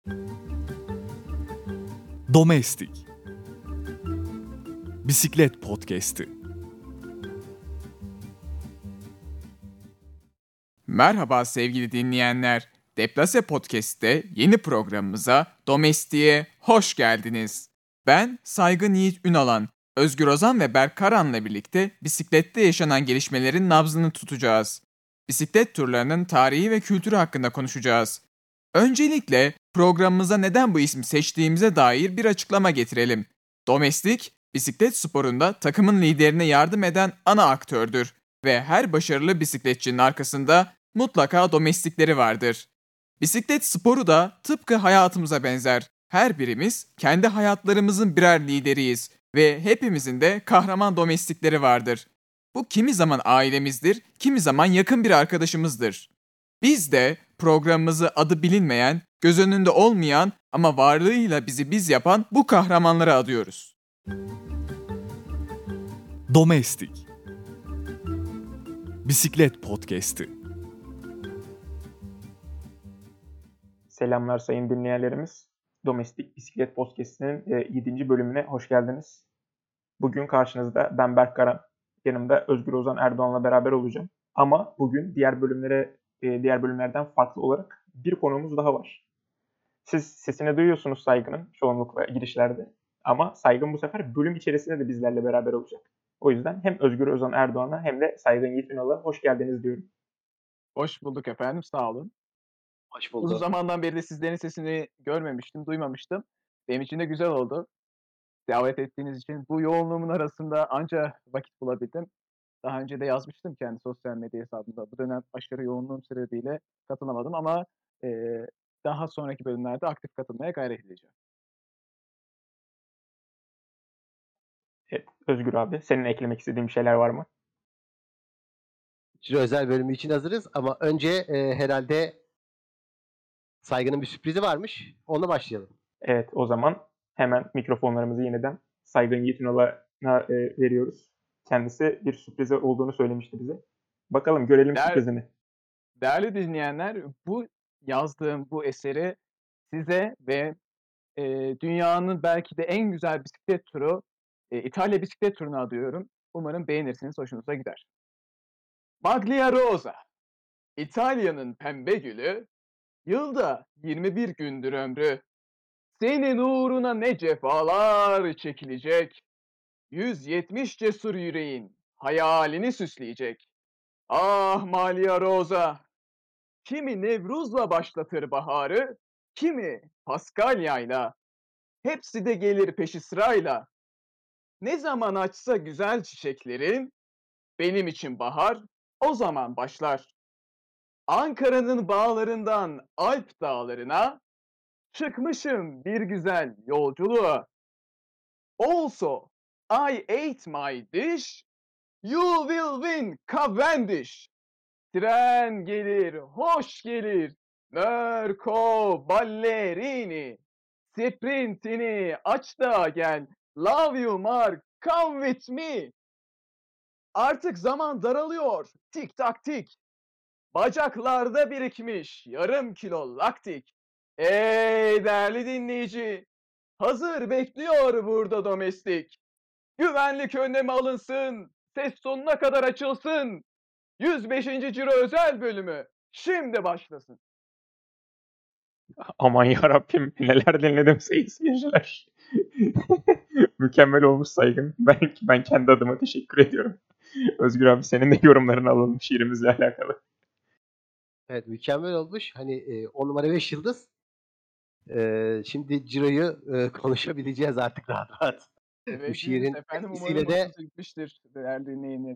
Domestik Bisiklet Podcast'i. Merhaba sevgili dinleyenler. Deplase Podcast'te yeni programımıza Domestik'e hoş geldiniz. Ben Saygın Yiğit Ünalan, Özgür Ozan ve Berk Karan'la birlikte bisiklette yaşanan gelişmelerin nabzını tutacağız. Bisiklet turlarının tarihi ve kültürü hakkında konuşacağız. Öncelikle programımıza neden bu ismi seçtiğimize dair bir açıklama getirelim. Domestik, bisiklet sporunda takımın liderine yardım eden ana aktördür ve her başarılı bisikletçinin arkasında mutlaka domestikleri vardır. Bisiklet sporu da tıpkı hayatımıza benzer. Her birimiz kendi hayatlarımızın birer lideriyiz ve hepimizin de kahraman domestikleri vardır. Bu kimi zaman ailemizdir, kimi zaman yakın bir arkadaşımızdır. Biz de programımızı adı bilinmeyen, göz önünde olmayan ama varlığıyla bizi biz yapan bu kahramanlara adıyoruz. Domestik Bisiklet Podcast'i. Selamlar sayın dinleyenlerimiz. Domestik Bisiklet Podcast'inin 7. bölümüne hoş geldiniz. Bugün karşınızda ben Berk Karan, yanımda Özgür Ozan Erdoğan'la beraber olacağım. Ama bugün diğer bölümlerden farklı olarak bir konuğumuz daha var. Siz sesini duyuyorsunuz Saygın'ın çoğunlukla girişlerde. Ama Saygın bu sefer bölüm içerisinde de bizlerle beraber olacak. O yüzden hem Özgür Ozan Erdoğan'a hem de Saygın Yiğit Ünal'a hoş geldiniz diyorum. Hoş bulduk efendim, sağ olun. Hoş bulduk. Uzun zamandan beri de sizlerin sesini görmemiştim, duymamıştım. Benim için de güzel oldu. Davet ettiğiniz için bu yoğunluğumun arasında anca vakit bulabildim. Daha önce de yazmıştım kendi sosyal medya hesabımda. Bu dönem aşırı yoğunluğum sebebiyle katılamadım ama daha sonraki bölümlerde aktif katılmaya gayret edeceğim. Evet, Özgür abi, senin eklemek istediğin bir şeyler var mı? Ciro özel bölümü için hazırız ama önce herhalde Saygı'nın bir sürprizi varmış. Ona başlayalım. Evet, o zaman hemen mikrofonlarımızı yeniden Saygın Yiğit Ünal'a veriyoruz. Kendisi bir sürprizi olduğunu söylemişti bize. Bakalım görelim sürprizini. Değerli dinleyenler, bu yazdığım bu eseri size ve dünyanın belki de en güzel bisiklet turu, İtalya bisiklet turuna adıyorum. Umarım beğenirsiniz, hoşunuza gider. Maglia Rosa, İtalya'nın pembe gülü, yılda 21 gündür ömrü. Senin uğruna ne cefalar çekilecek, 170 cesur yüreğin hayalini süsleyecek. Ah Maglia Rosa, kimi Nevruz'la başlatır baharı, kimi Paskalya'yla, hepsi de gelir peşi sırayla. Ne zaman açsa güzel çiçeklerin, benim için bahar o zaman başlar. Ankara'nın bağlarından Alp dağlarına, çıkmışım bir güzel yolculuğa. Also, I ate my dish, you will win Cavendish. Tren gelir, hoş gelir, Merco Ballerini. Sprintini aç da gel, love you Mark, come with me. Artık zaman daralıyor, tik tak tik. Bacaklarda birikmiş yarım kilo laktik. Ey değerli dinleyici, hazır bekliyor burada domestik. Güvenlik önlemi alınsın, ses sonuna kadar açılsın. 105. Ciro özel bölümü şimdi başlasın. Aman yarabbim, neler dinledim sayın seyirciler. Mükemmel olmuş Saygın. Ben kendi adıma teşekkür ediyorum. Özgür abi, senin de yorumlarını alalım şiirimizle alakalı. Evet, mükemmel olmuş. Hani 10 numara 5 yıldız. Şimdi Ciro'yu konuşabileceğiz artık rahat rahat. Evet, Bu şiirin efendim, etkisiyle umarım de hoşunuza gitmiştir değerli dinleyenler.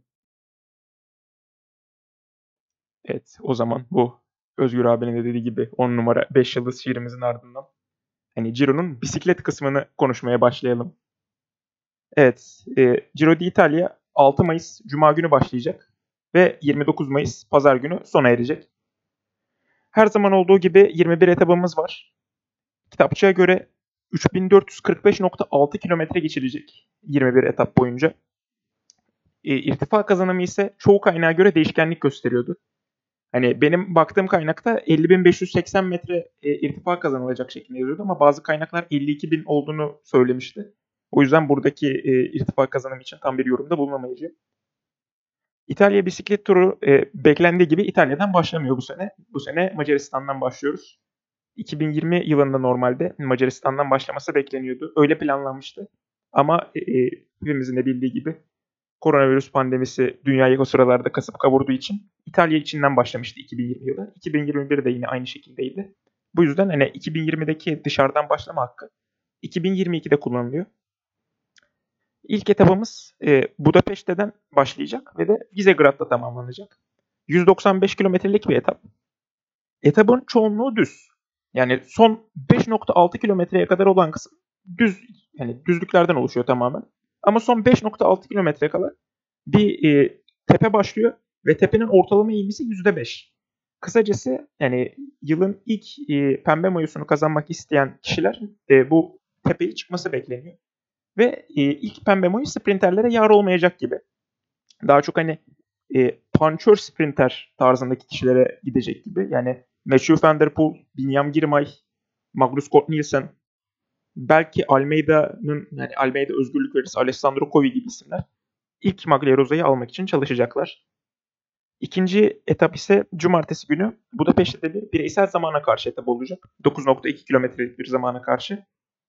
Evet, o zaman bu Özgür abinin de dediği gibi 10 numara 5 yıldız şiirimizin ardından hani Ciro'nun bisiklet kısmını konuşmaya başlayalım. Evet, Giro d'Italia 6 Mayıs Cuma günü başlayacak ve 29 Mayıs Pazar günü sona erecek. Her zaman olduğu gibi 21 etabımız var. Kitapçıya göre 3445.6 kilometre geçilecek 21 etap boyunca. İrtifa kazanımı ise çoğu kaynağa göre değişkenlik gösteriyordu. Hani benim baktığım kaynakta 50.580 metre irtifa kazanılacak şeklinde yazıyordu ama bazı kaynaklar 52.000 olduğunu söylemişti. O yüzden buradaki irtifa kazanımı için tam bir yorumda bulunamayacağım. İtalya bisiklet turu beklendiği gibi İtalya'dan başlamıyor bu sene. Bu sene Macaristan'dan başlıyoruz. 2020 yılında normalde Macaristan'dan başlaması bekleniyordu. Öyle planlanmıştı. Ama hepimizin de bildiği gibi koronavirüs pandemisi dünyayı o sıralarda kasıp kavurduğu için İtalya içinden başlamıştı 2020 yılı. 2021 de yine aynı şekildeydi. Bu yüzden hani 2020'deki dışarıdan başlama hakkı 2022'de kullanılıyor. İlk etapımız Budapeşte'den başlayacak ve de Visegrad'da tamamlanacak. 195 kilometrelik bir etap. Etapın çoğunluğu düz. Yani son 5.6 kilometreye kadar olan kısım düz, yani düzlüklerden oluşuyor tamamen. Ama son 5.6 kilometre kala bir tepe başlıyor ve tepenin ortalama eğimisi %5. Kısacası yani yılın ilk pembe mayosunu kazanmak isteyen kişiler bu tepeyi çıkması bekleniyor. Ve ilk pembe mayo sprinterlere yar olmayacak gibi. Daha çok hani puncher sprinter tarzındaki kişilere gidecek gibi. Yani Mathieu van der Poel, Binyam Girmay, Magnus Cort Nielsen, belki Almeida'nın, yani Almeida özgürlük verirse Alessandro Covi gibi isimler ilk Maglia Rosa'yı almak için çalışacaklar. İkinci etap ise cumartesi günü Budapeşte'de bir bireysel zamana karşı etap olacak. 9.2 kilometrelik bir zamana karşı.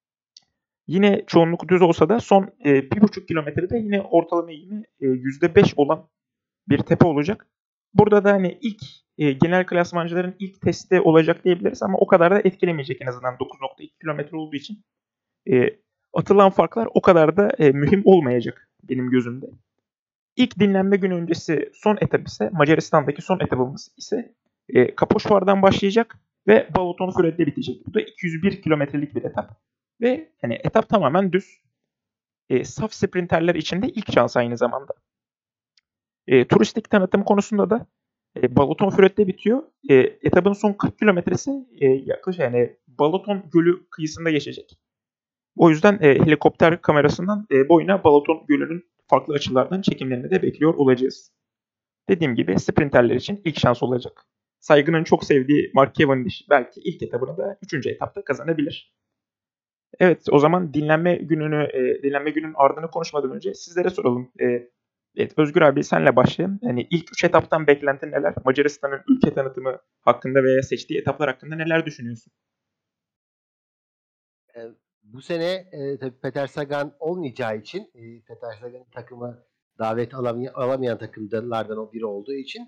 Yine çoğunluk düz olsa da son 1.5 kilometrede yine ortalama eğimi %5 olan bir tepe olacak. Burada da hani ilk genel klasmancıların ilk testi olacak diyebiliriz ama o kadar da etkilemeyecek en azından 9.2 kilometre olduğu için. Atılan farklar o kadar da mühim olmayacak benim gözümde. İlk dinlenme günü öncesi son etap ise Macaristan'daki son etapımız ise Kapoşvar'dan başlayacak ve Balaton-Füred'de bitecek. Bu da 201 kilometrelik bir etap. Ve hani etap tamamen düz. Saf sprinterler için de ilk şans aynı zamanda. Turistik tanıtım konusunda da Balaton-Füred'de bitiyor. Etapın son 40 kilometresi yaklaşık yani Balaton Gölü kıyısında geçecek. O yüzden helikopter kamerasından boyuna Balaton Gölü'nün farklı açılardan çekimlerini de bekliyor olacağız. Dediğim gibi sprinterler için ilk şans olacak. Saygı'nın çok sevdiği Mark Cavendish belki ilk etabını da 3. etapta kazanabilir. Evet, o zaman dinlenme günün ardını konuşmadan önce sizlere soralım. Evet, Özgür abi senle başlayalım. Yani ilk 3 etaptan beklentin neler? Macaristan'ın ülke tanıtımı hakkında veya seçtiği etaplar hakkında neler düşünüyorsun? Bu sene tabii Peter Sagan olmayacağı için Peter Sagan'ın takımı davet alamayan takımlardan biri olduğu için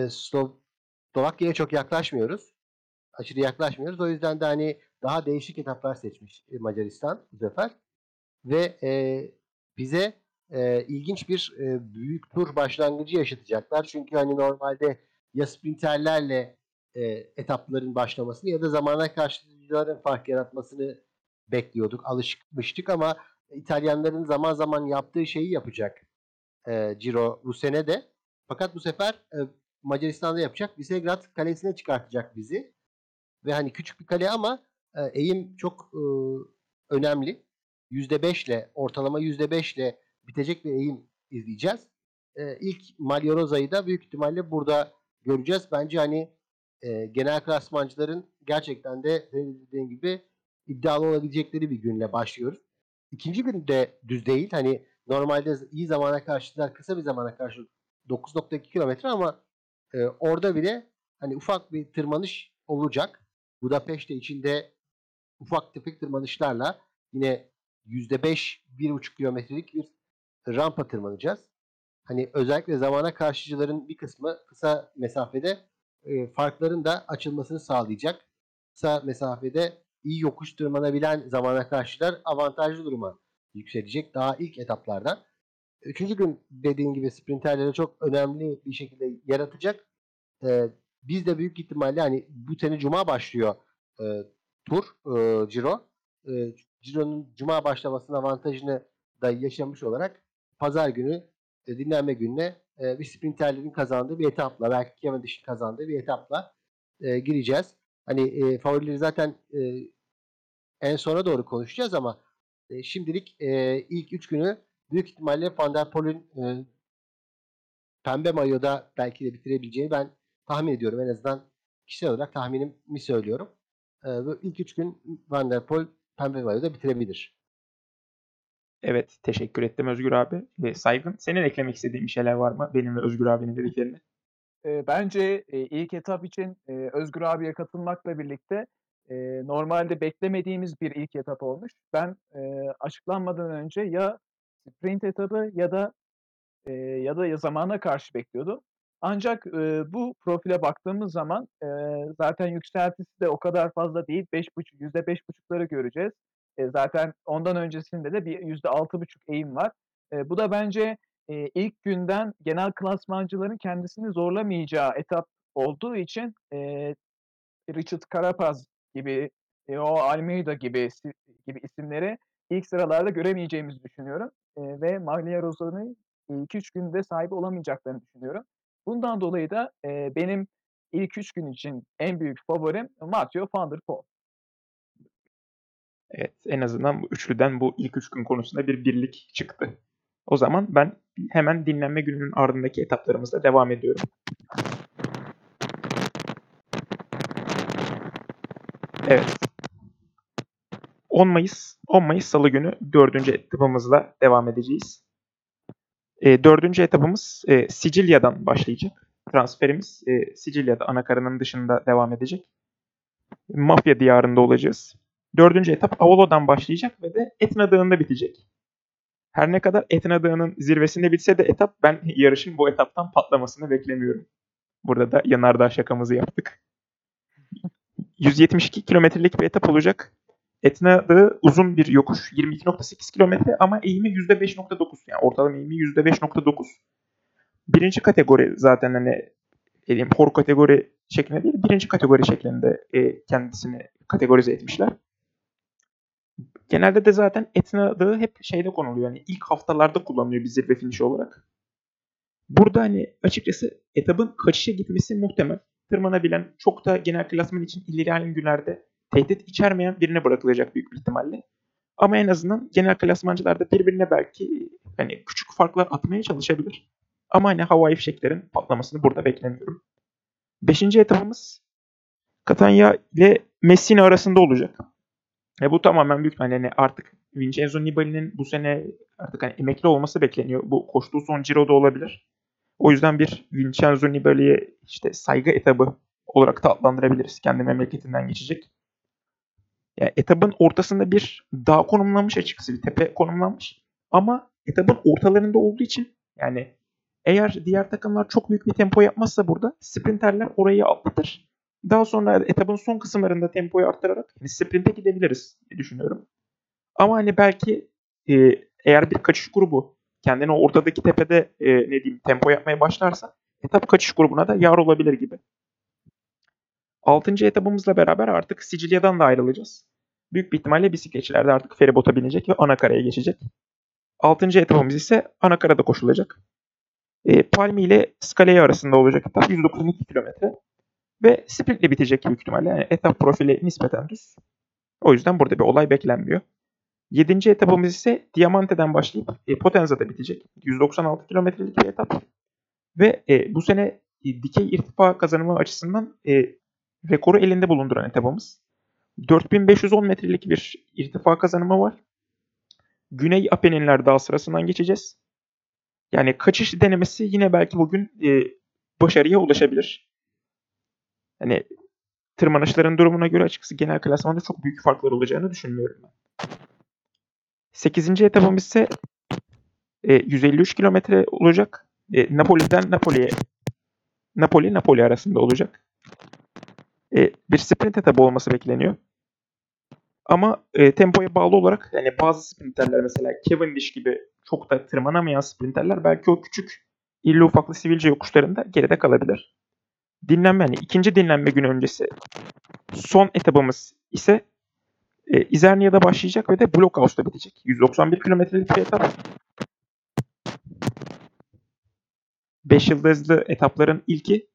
Slovakya'ya çok yaklaşmıyoruz. Aşırı yaklaşmıyoruz. O yüzden de hani daha değişik etaplar seçmiş Macaristan bu sefer. Ve bize ilginç bir büyük tur başlangıcı yaşatacaklar. Çünkü hani normalde ya sprinterlerle etapların başlamasını ya da zamana karşılaştırıcıların fark yaratmasını bekliyorduk, alışmıştık ama İtalyanların zaman zaman yaptığı şeyi yapacak Ciro bu sene de. Fakat bu sefer Macaristan'da yapacak. Visegrad kalesine çıkartacak bizi. Ve hani küçük bir kale ama eğim çok önemli. %5'le, ortalama %5'le bitecek bir eğim izleyeceğiz. İlk Magliorosa'yı da büyük ihtimalle burada göreceğiz. Bence hani genel klasmancıların gerçekten de dediğim gibi iddialı olabilecekleri bir günle başlıyoruz. İkinci gün de düz değil. Hani normalde iyi zamana karşılar, kısa bir zamana karşı 9.2 kilometre ama orada bile hani ufak bir tırmanış olacak. Budapeşte içinde ufak tefek tırmanışlarla yine %5, 1,5 kilometrelik bir rampa tırmanacağız. Hani özellikle zamana karşıcıların bir kısmı kısa mesafede farkların da açılmasını sağlayacak. Kısa mesafede iyi yokuş tırmanabilen zamana karşılar avantajlı duruma yükselecek daha ilk etaplardan. Üçüncü gün dediğim gibi sprinterlere çok önemli bir şekilde yaratacak. Biz de büyük ihtimalle hani bu sene Cuma başlıyor tur Ciro. Ciro'nun Cuma başlamasının avantajını da yaşamış olarak Pazar günü dinlenme gününe bir sprinterlerin kazandığı bir etapla belki Cavendish'in kazandığı bir etapla gireceğiz. Hani favorileri zaten en sona doğru konuşacağız ama şimdilik ilk 3 günü büyük ihtimalle Van der Poel'ün pembe mayoda belki de bitirebileceğini ben tahmin ediyorum. En azından kişisel olarak tahminimi söylüyorum. Bu ilk 3 gün Van der Poel Pembe Mayo'da bitirebilir. Evet, teşekkür ettim Özgür abi. Saygın, senin eklemek istediğin bir şeyler var mı benim ve Özgür abinin dediklerine? Bence ilk etap için Özgür abiye katılmakla birlikte normalde beklemediğimiz bir ilk etap olmuş. Ben açıklanmadan önce ya sprint etabı ya da zamana karşı bekliyordum. Ancak bu profile baktığımız zaman zaten yükseltisi de o kadar fazla değil. %5,5'ları göreceğiz. Zaten ondan öncesinde de bir %6,5 eğim var. Bu da bence ilk günden genel klasmancıların kendisini zorlamayacağı etap olduğu için Richard Carapaz gibi, o Almeida gibi isimleri ilk sıralarda göremeyeceğimizi düşünüyorum. Ve Maglia Rosan'ın 2-3 günde sahibi olamayacaklarını düşünüyorum. Bundan dolayı da benim ilk 3 gün için en büyük favorim Mathieu van der Poel. Evet, en azından bu üçlüden bu ilk 3 gün konusunda bir birlik çıktı. O zaman ben hemen dinlenme gününün ardındaki etaplarımızla devam ediyorum. Evet. 10 Mayıs Salı günü 4. etapımızla devam edeceğiz. 4. etapımız Sicilya'dan başlayacak. Transferimiz Sicilya'da anakaranın dışında devam edecek. Mafya diyarında olacağız. 4. etap Avalon'dan başlayacak ve de Etna Dağı'nda bitecek. Her ne kadar Etna Dağı'nın zirvesinde bitse de etap, ben yarışın bu etaptan patlamasını beklemiyorum. Burada da yanardağ şakamızı yaptık. 172 kilometrelik bir etap olacak. Etna Dağı uzun bir yokuş. 22,8 kilometre ama eğimi %5,9. Yani ortalama eğimi %5,9. Birinci kategori zaten hani hor kategori şeklinde değil, birinci kategori şeklinde kendisini kategorize etmişler. Genelde de zaten Etna Dağı hep şeyde konuluyor. Yani ilk haftalarda kullanılıyor bir zirve finişi olarak. Burada hani açıkçası etapın kaçışa gitmesi muhtemel. Tırmanabilen, çok da genel klasman için ilerleyen günlerde tehdit içermeyen birine bırakılacak büyük bir ihtimalle. Ama en azından genel klasmancılar da birbirine belki hani küçük farklar atmaya çalışabilir. Ama hani havai fişeklerin patlamasını burada beklemiyorum. 5. etapımız Catania ile Messina arasında olacak. Bu tamamen büyük hani artık Vincenzo Nibali'nin bu sene artık hani emekli olması bekleniyor. Bu koştuğu son Ciro'da olabilir. O yüzden bir Vincenzo Nibali'ye işte saygı etabı olarak da adlandırabiliriz. Kendi memleketinden geçecek. Yani etabın ortasında bir dağ konumlanmış, açıkçası bir tepe konumlanmış. Ama etabın ortalarında olduğu için yani eğer diğer takımlar çok büyük bir tempo yapmazsa burada sprinterler orayı atlatır. Daha sonra etabın son kısımlarında tempoyu arttırarak yani sprinte gidebiliriz diye düşünüyorum. Ama hani belki eğer bir kaçış grubu kendini ortadaki tepede ne diyeyim tempo yapmaya başlarsa etap kaçış grubuna da yar olabilir gibi. 6. etapımızla beraber artık Sicilya'dan da ayrılacağız. Büyük bir ihtimalle bisikletçiler de artık feribota binecek ve anakaraya geçecek. 6. etapımız ise anakarada koşulacak. Palmi ile Scalea arasında olacak etap 192 kilometre. Ve sprintle bitecek büyük ihtimalle. Yani etap profili nispeten düz. O yüzden burada bir olay beklenmiyor. 7. etapımız ise Diamante'den başlayıp Potenza'da bitecek. 196 kilometrelik bir etap. Ve bu sene dikey irtifa kazanımı açısından rekoru elinde bulunduran etapımız. 4510 metrelik bir irtifa kazanımı var. Güney Apenninler Dağı sırasından geçeceğiz. Yani kaçış denemesi yine belki bugün başarıya ulaşabilir. Hani tırmanışların durumuna göre açıkçası genel klasmanda çok büyük farklar olacağını düşünmüyorum ben. 8. etapımız ise 153 kilometre olacak. Napoli'den Napoli arasında olacak. Bir sprint etabı olması bekleniyor. Ama tempoya bağlı olarak yani bazı sprinterler mesela Cavendish gibi çok da tırmanamayan sprinterler belki o küçük irli ufaklı sivilce yokuşlarında geride kalabilir. Dinlenme yani ikinci dinlenme günü öncesi son etabımız ise İzernia'da başlayacak ve de Blockhouse'da bitecek. 191 kilometrelik bir etap. 5 yıldızlı etapların ilki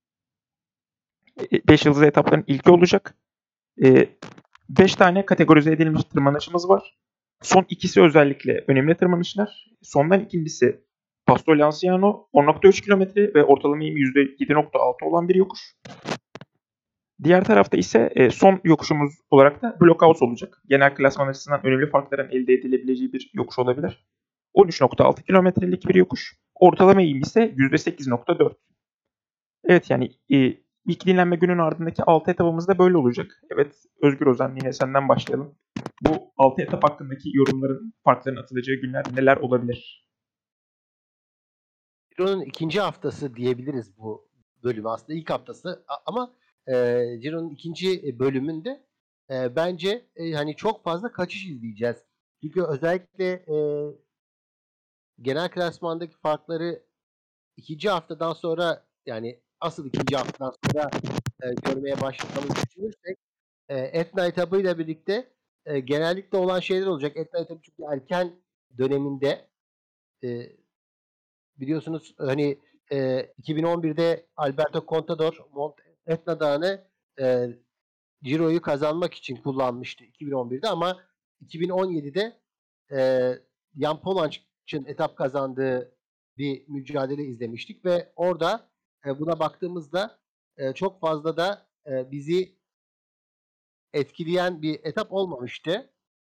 5 yıldızlı etapların ilki olacak. 5 tane kategorize edilmiş tırmanışımız var. Son ikisi özellikle önemli tırmanışlar. Sondan ikincisi Pasto Lanciano 10.3 kilometre ve ortalama eğimi %7.6 olan bir yokuş. Diğer tarafta ise son yokuşumuz olarak da Blockhouse olacak. Genel klasman açısından önemli farkların elde edilebileceği bir yokuş olabilir. 13.6 kilometrelik bir yokuş. Ortalama eğim ise %8.4. Evet, yani ilk dinlenme günün ardındaki 6 etapımız da böyle olacak. Evet, Özgür Ozan, yine senden başlayalım. Bu 6 etap hakkındaki yorumların, farkların atılacağı günler neler olabilir? Ciro'nun ikinci haftası diyebiliriz bu bölümü. Aslında ilk haftası ama Ciro'nun ikinci bölümünde bence hani çok fazla kaçış izleyeceğiz. Çünkü özellikle genel klasmandaki farkları ikinci haftadan sonra, yani asıl ikinci haftadan sonra görmeye başladığımızı düşünürsek Etna etabıyla birlikte genellikle olan şeyler olacak. Etna etabı çünkü erken döneminde e, biliyorsunuz hani 2011'de Alberto Contador Mont Etna Dağı'nı e, Ciro'yu kazanmak için kullanmıştı 2011'de, ama 2017'de e, Jan Polanczyk'ın etap kazandığı bir mücadele izlemiştik ve orada buna baktığımızda çok fazla da bizi etkileyen bir etap olmamıştı.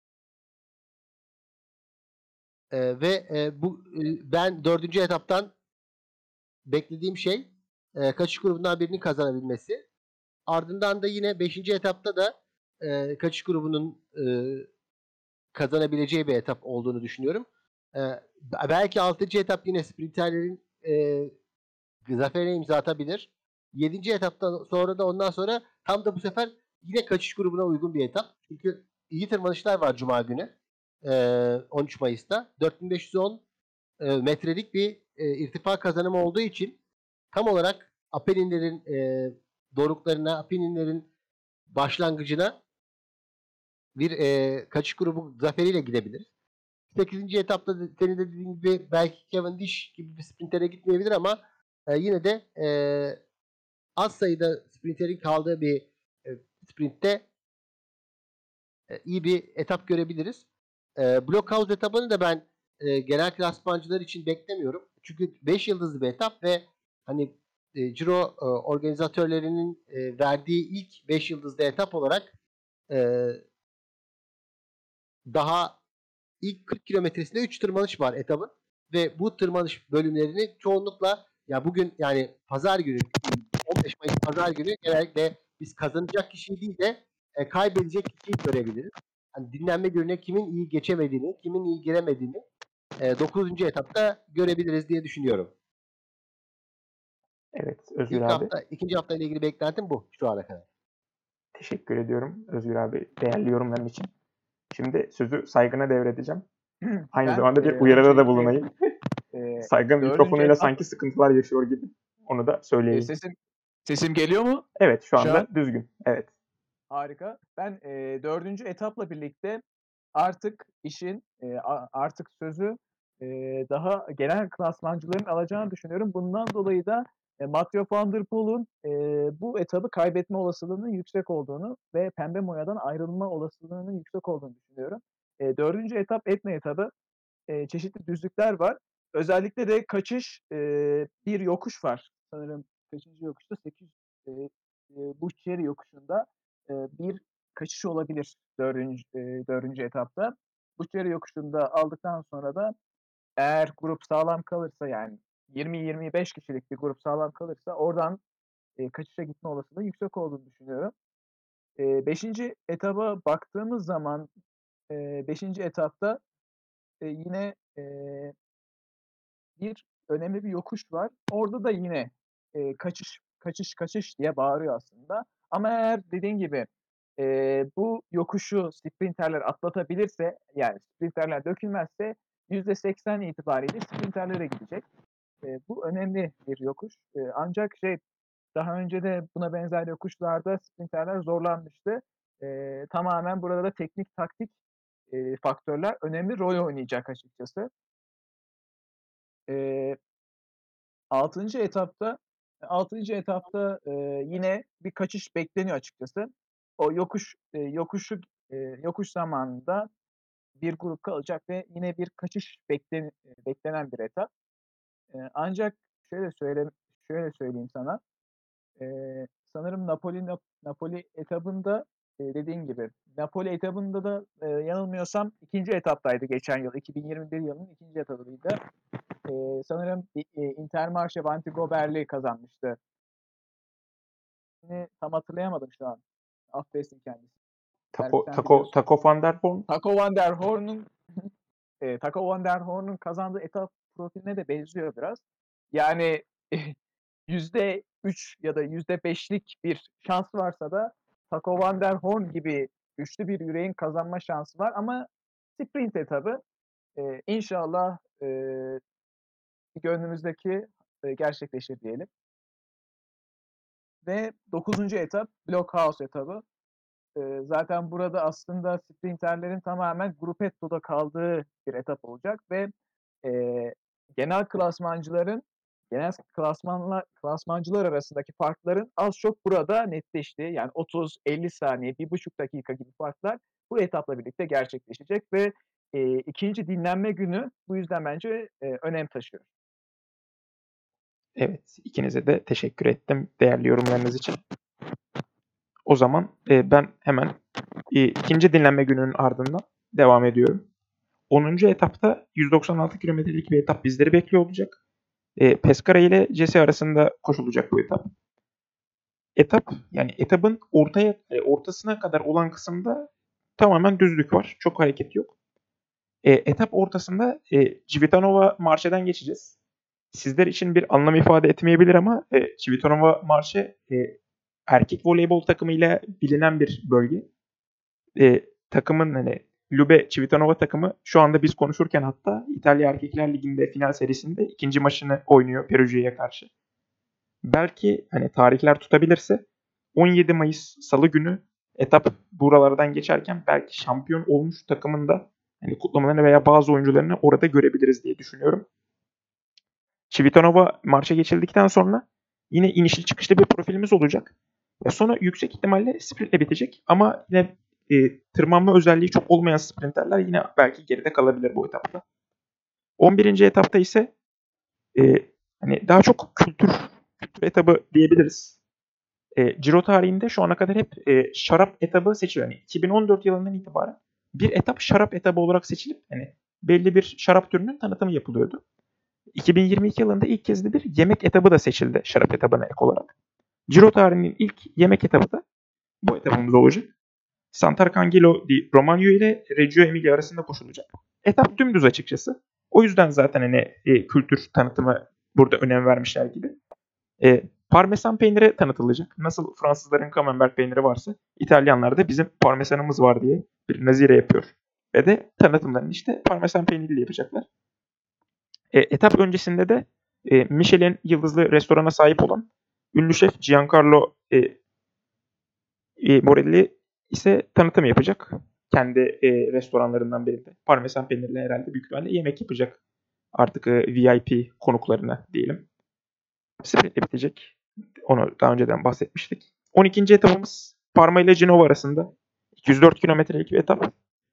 Ben dördüncü etaptan beklediğim şey kaçış grubundan birinin kazanabilmesi. Ardından da yine 5. etapta da kaçış grubunun kazanabileceği bir etap olduğunu düşünüyorum. E, Belki 6. etap yine sprinterlerin zaferine imza atabilir. 7. etaptan sonra da ondan sonra tam da bu sefer yine kaçış grubuna uygun bir etap. Çünkü iyi tırmanışlar var Cuma günü. 13 Mayıs'ta. 4510 metrelik bir irtifa kazanımı olduğu için tam olarak Apenninlerin doruklarına, Apenninlerin başlangıcına bir kaçış grubu zaferiyle gidebilir. 8. etapta senin de dediğin gibi belki Cavendish gibi bir sprintere gitmeyebilir, ama yine de az sayıda sprinterin kaldığı bir e, sprintte iyi bir etap görebiliriz. Blockhouse etabını da ben genel klasmancılar için beklemiyorum. Çünkü 5 yıldızlı bir etap ve hani Ciro organizatörlerinin verdiği ilk 5 yıldızlı etap olarak e, daha ilk 40 kilometresinde 3 tırmanış var etabın ve bu tırmanış bölümlerini çoğunlukla, ya bugün yani pazar günü, 15 Mayıs pazar günü genellikle biz kazanacak kişiyi değil de kaybedecek kişiyi görebiliriz. Yani dinlenme gününe kimin iyi geçemediğini, kimin iyi giremediğini 9. etapta görebiliriz diye düşünüyorum. Evet, Özgür İlk abi. hafta, ikinci hafta ile ilgili beklentim bu şu ana kadar. Teşekkür ediyorum Özgür abi değerli yorumların için. Şimdi sözü Saygın'a devredeceğim. Aynı Ben zamanda bir uyarıda da öncelikle bulunayım. Saygın dördüncü mikrofonuyla etap sanki sıkıntılar yaşıyor gibi. Onu da söyleyeyim. sesim geliyor mu? Evet, şu Şu anda an düzgün. Evet. harika. Ben 4. etapla birlikte artık işin artık sözü daha genel klasmancıların alacağını düşünüyorum. Bundan dolayı da Mathieu van der Poel'un bu etabı kaybetme olasılığının yüksek olduğunu ve Pembe Moya'dan ayrılma olasılığının yüksek olduğunu düşünüyorum. 4. etap Etna etabı. Çeşitli düzlükler var. Özellikle de kaçış, bir yokuş var. Sanırım kaçıncı yokuşta? 800 Buccieri yokuşunda bir kaçış olabilir 4. etapta. Buccieri yokuşunda aldıktan sonra da eğer grup sağlam kalırsa, yani 20-25 kişilik bir grup sağlam kalırsa oradan kaçışa gitme olasılığı yüksek olduğunu düşünüyorum. 5. etaba baktığımız zaman 5. etapta yine bir önemli bir yokuş var. Orada da yine kaçış, kaçış, kaçış diye bağırıyor aslında. Ama eğer dediğin gibi bu yokuşu sprinterler atlatabilirse, yani sprinterler dökülmezse %80 itibariyle sprinterlere gidecek. Bu önemli bir yokuş. Ancak daha önce de buna benzer yokuşlarda sprinterler zorlanmıştı. Tamamen burada da teknik, taktik faktörler önemli rol oynayacak açıkçası. Eee 6. etapta 6. etapta yine bir kaçış bekleniyor açıkçası. O yokuş zamanında bir grup kalacak ve yine bir kaçış beklenen bir etap. Ancak şöyle söyleyeyim sana. Sanırım Napoli etabında dediğin gibi Napoli etabında da yanılmıyorsam ikinci etaptaydı geçen yıl. 2021 yılının ikinci etabıydı. Sanırım Intermarché Vanti Goberli kazanmıştı. Tam hatırlayamadım şu an. Affetsin kendisi. Taco van der Hoorn. Taco van der Hoorn'un kazandığı etap profiline de benziyor biraz. Yani %3 ya da %5'lik bir şans varsa da Taco van der Hoorn gibi güçlü bir yüreğin kazanma şansı var ama sprint etabı inşallah gönlümüzdeki gerçekleşir diyelim. Ve 9. etap Blockhouse etabı. Zaten burada aslında sprinterlerin tamamen gruppetto'da kaldığı bir etap olacak ve genel klasmancılar arasındaki farkların az çok burada netleştiği, yani 30-50 saniye, 1,5 dakika gibi farklar bu etapla birlikte gerçekleşecek ve ikinci dinlenme günü bu yüzden bence önem taşıyor. Evet, ikinize de teşekkür ettim değerli yorumlarınız için. O zaman ben hemen ikinci dinlenme gününün ardından devam ediyorum. 10. etapta 196 kilometrelik bir etap bizleri bekliyor olacak. Pescara ile Jesse arasında koşulacak bu etap. Yani etapın ortasına kadar olan kısımda tamamen düzlük var. Çok hareket yok. Etap ortasında Civitanova Marşe'den geçeceğiz. Sizler için bir anlam ifade etmeyebilir ama Civitanova Marşe erkek voleybol takımıyla bilinen bir bölge. Takımın Lube Civitanova takımı şu anda biz konuşurken hatta İtalya Erkekler Ligi'nde final serisinde ikinci maçını oynuyor Perugia'ya karşı. Belki tarihler tutabilirse 17 Mayıs Salı günü etap buralardan geçerken belki şampiyon olmuş takımın da kutlamalarını veya bazı oyuncularını orada görebiliriz diye düşünüyorum. Civitanova marşa geçildikten sonra yine inişli çıkışlı bir profilimiz olacak. Sonra yüksek ihtimalle sprintle bitecek ama yine tırmanma özelliği çok olmayan sprinterler yine belki geride kalabilir bu etapta. 11. etapta ise daha çok kültür etabı diyebiliriz. Ciro tarihinde şu ana kadar hep şarap etabı seçiliyor. 2014 yılından itibaren bir etap şarap etabı olarak seçilip belli bir şarap türünün tanıtımı yapılıyordu. 2022 yılında ilk kez de bir yemek etabı da seçildi şarap etabına ek olarak. Ciro tarihinin ilk yemek etabı da bu etabımız olacak. Sant'Arcangelo di Romagno ile Reggio Emilia arasında koşulacak. Etap dümdüz açıkçası. O yüzden zaten kültür tanıtımı burada önem vermişler gibi. Parmesan peyniri tanıtılacak. Nasıl Fransızların Camembert peyniri varsa İtalyanlar da bizim parmesanımız var diye bir nazire yapıyor. Ve de tanıtımlarını parmesan peyniriyle yapacaklar. Etap öncesinde de Michelin yıldızlı restorana sahip olan ünlü şef Giancarlo Morelli ise tanıtım yapacak. Kendi restoranlarından birinde. Parmesan peynirle herhalde büyük ihtimalle yemek yapacak. Artık VIP konuklarına diyelim. Sprintle bitecek. Onu daha önceden bahsetmiştik. 12. etapımız Parma ile Genova arasında. 204 kilometrelik bir etap.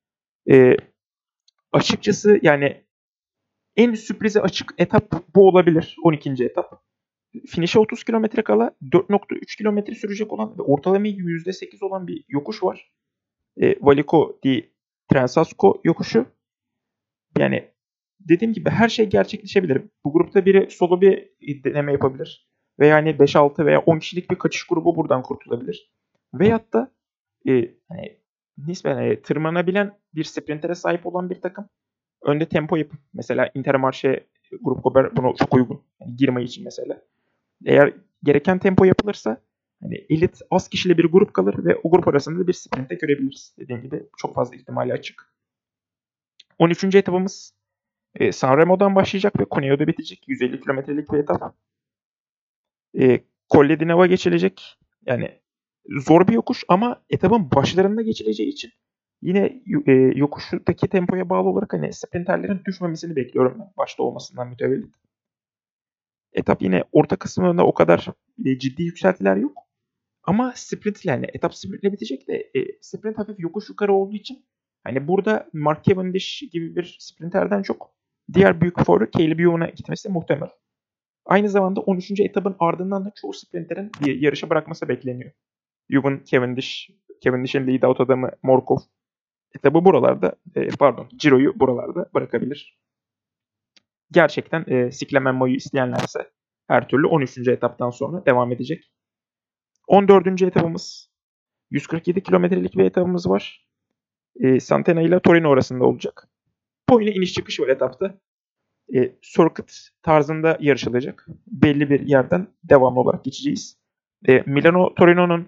Açıkçası en sürprize açık etap bu olabilir. 12. etap. Finish'e 30 kilometre kala 4.3 kilometre sürecek olan ve ortalamayı %8 olan bir yokuş var. Valico di Trensasco yokuşu. Dediğim gibi her şey gerçekleşebilir. Bu grupta biri solo bir deneme yapabilir. Ve 5-6 veya 10 kişilik bir kaçış grubu buradan kurtulabilir. Veyahut da nispeten tırmanabilen bir sprintere sahip olan bir takım önde tempo yapıp mesela Intermarché Grup Gober buna çok uygun. Girmeyi için mesela. Eğer gereken tempo yapılırsa elit az kişili bir grup kalır ve o grup arasında bir sprinte görebiliriz. Dediğim gibi çok fazla ihtimali açık. 13. etapımız Sanremo'dan başlayacak ve Cuneo'da bitecek. 150 kilometrelik bir etap. Colle di Nava geçilecek. Zor bir yokuş ama etapın başlarında geçileceği için yine yokuştaki tempoya bağlı olarak sprinterlerin düşmemesini bekliyorum ben, başta olmasından mütevellit. Etap yine orta kısmında o kadar ciddi yükseltiler yok. Ama sprint etap sprintle bitecek de sprint hafif yokuş yukarı olduğu için burada Mark Cavendish gibi bir sprinterden çok diğer büyük favoru Caleb Ewan'a gitmesi muhtemel. Aynı zamanda 13. etapın ardından da çoğu sprinterin yarışı bırakması bekleniyor. Ewan Cavendish'in lead-out adamı Morkov etabı buralarda, Ciro'yu buralarda bırakabilir. Gerçekten Siklemenmo'yu isteyenlerse her türlü 13. etaptan sonra devam edecek. 14. etapımız 147 kilometrelik bir etapımız var. Santena ile Torino arasında olacak. Bu yine iniş çıkış var etapta. Circuit tarzında yarışılacak. Belli bir yerden devamlı olarak geçeceğiz. Torino'nun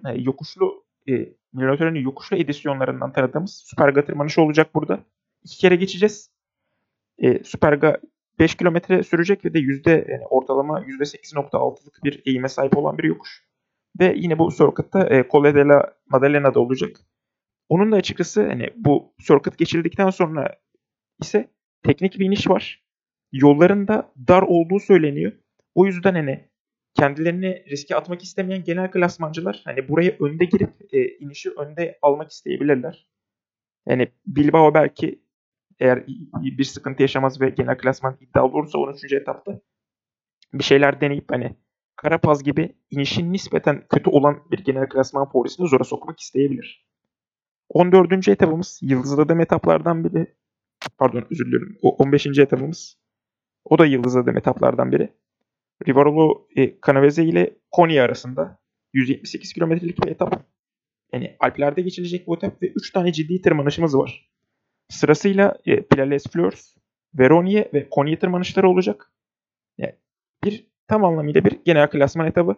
yokuşlu edisyonlarından tanıdığımız Superga tırmanışı olacak burada. 2 kere geçeceğiz. Superga 5 kilometre sürecek ve de ortalama %8.6'lık bir eğime sahip olan bir yokuş. Ve yine bu circuit'ta Colle della Madallena'da olacak. Onun da açıkçası bu circuit geçildikten sonra ise teknik bir iniş var. Yolların da dar olduğu söyleniyor. O yüzden kendilerini riske atmak istemeyen genel klasmancılar buraya önde girip inişi önde almak isteyebilirler. Bilbao belki eğer bir sıkıntı yaşamaz ve genel klasman iddialı olursa 13. etapta bir şeyler deneyip Carapaz gibi inişin nispeten kötü olan bir genel klasman favorisini zora sokmak isteyebilir. 14. etapımız yıldızladığım etaplardan biri. Pardon, özür diliyorum. O 15. etapımız. O da yıldızladığım etaplardan biri. Rivarolo Canavese ile Konya arasında 178 kilometrelik bir etap. Alplerde geçilecek bu etap ve 3 tane ciddi tırmanışımız var. Sırasıyla Pilales Fleurs, Veronie ve Konya tırmanışları olacak. Tam anlamıyla bir genel klasman etabı.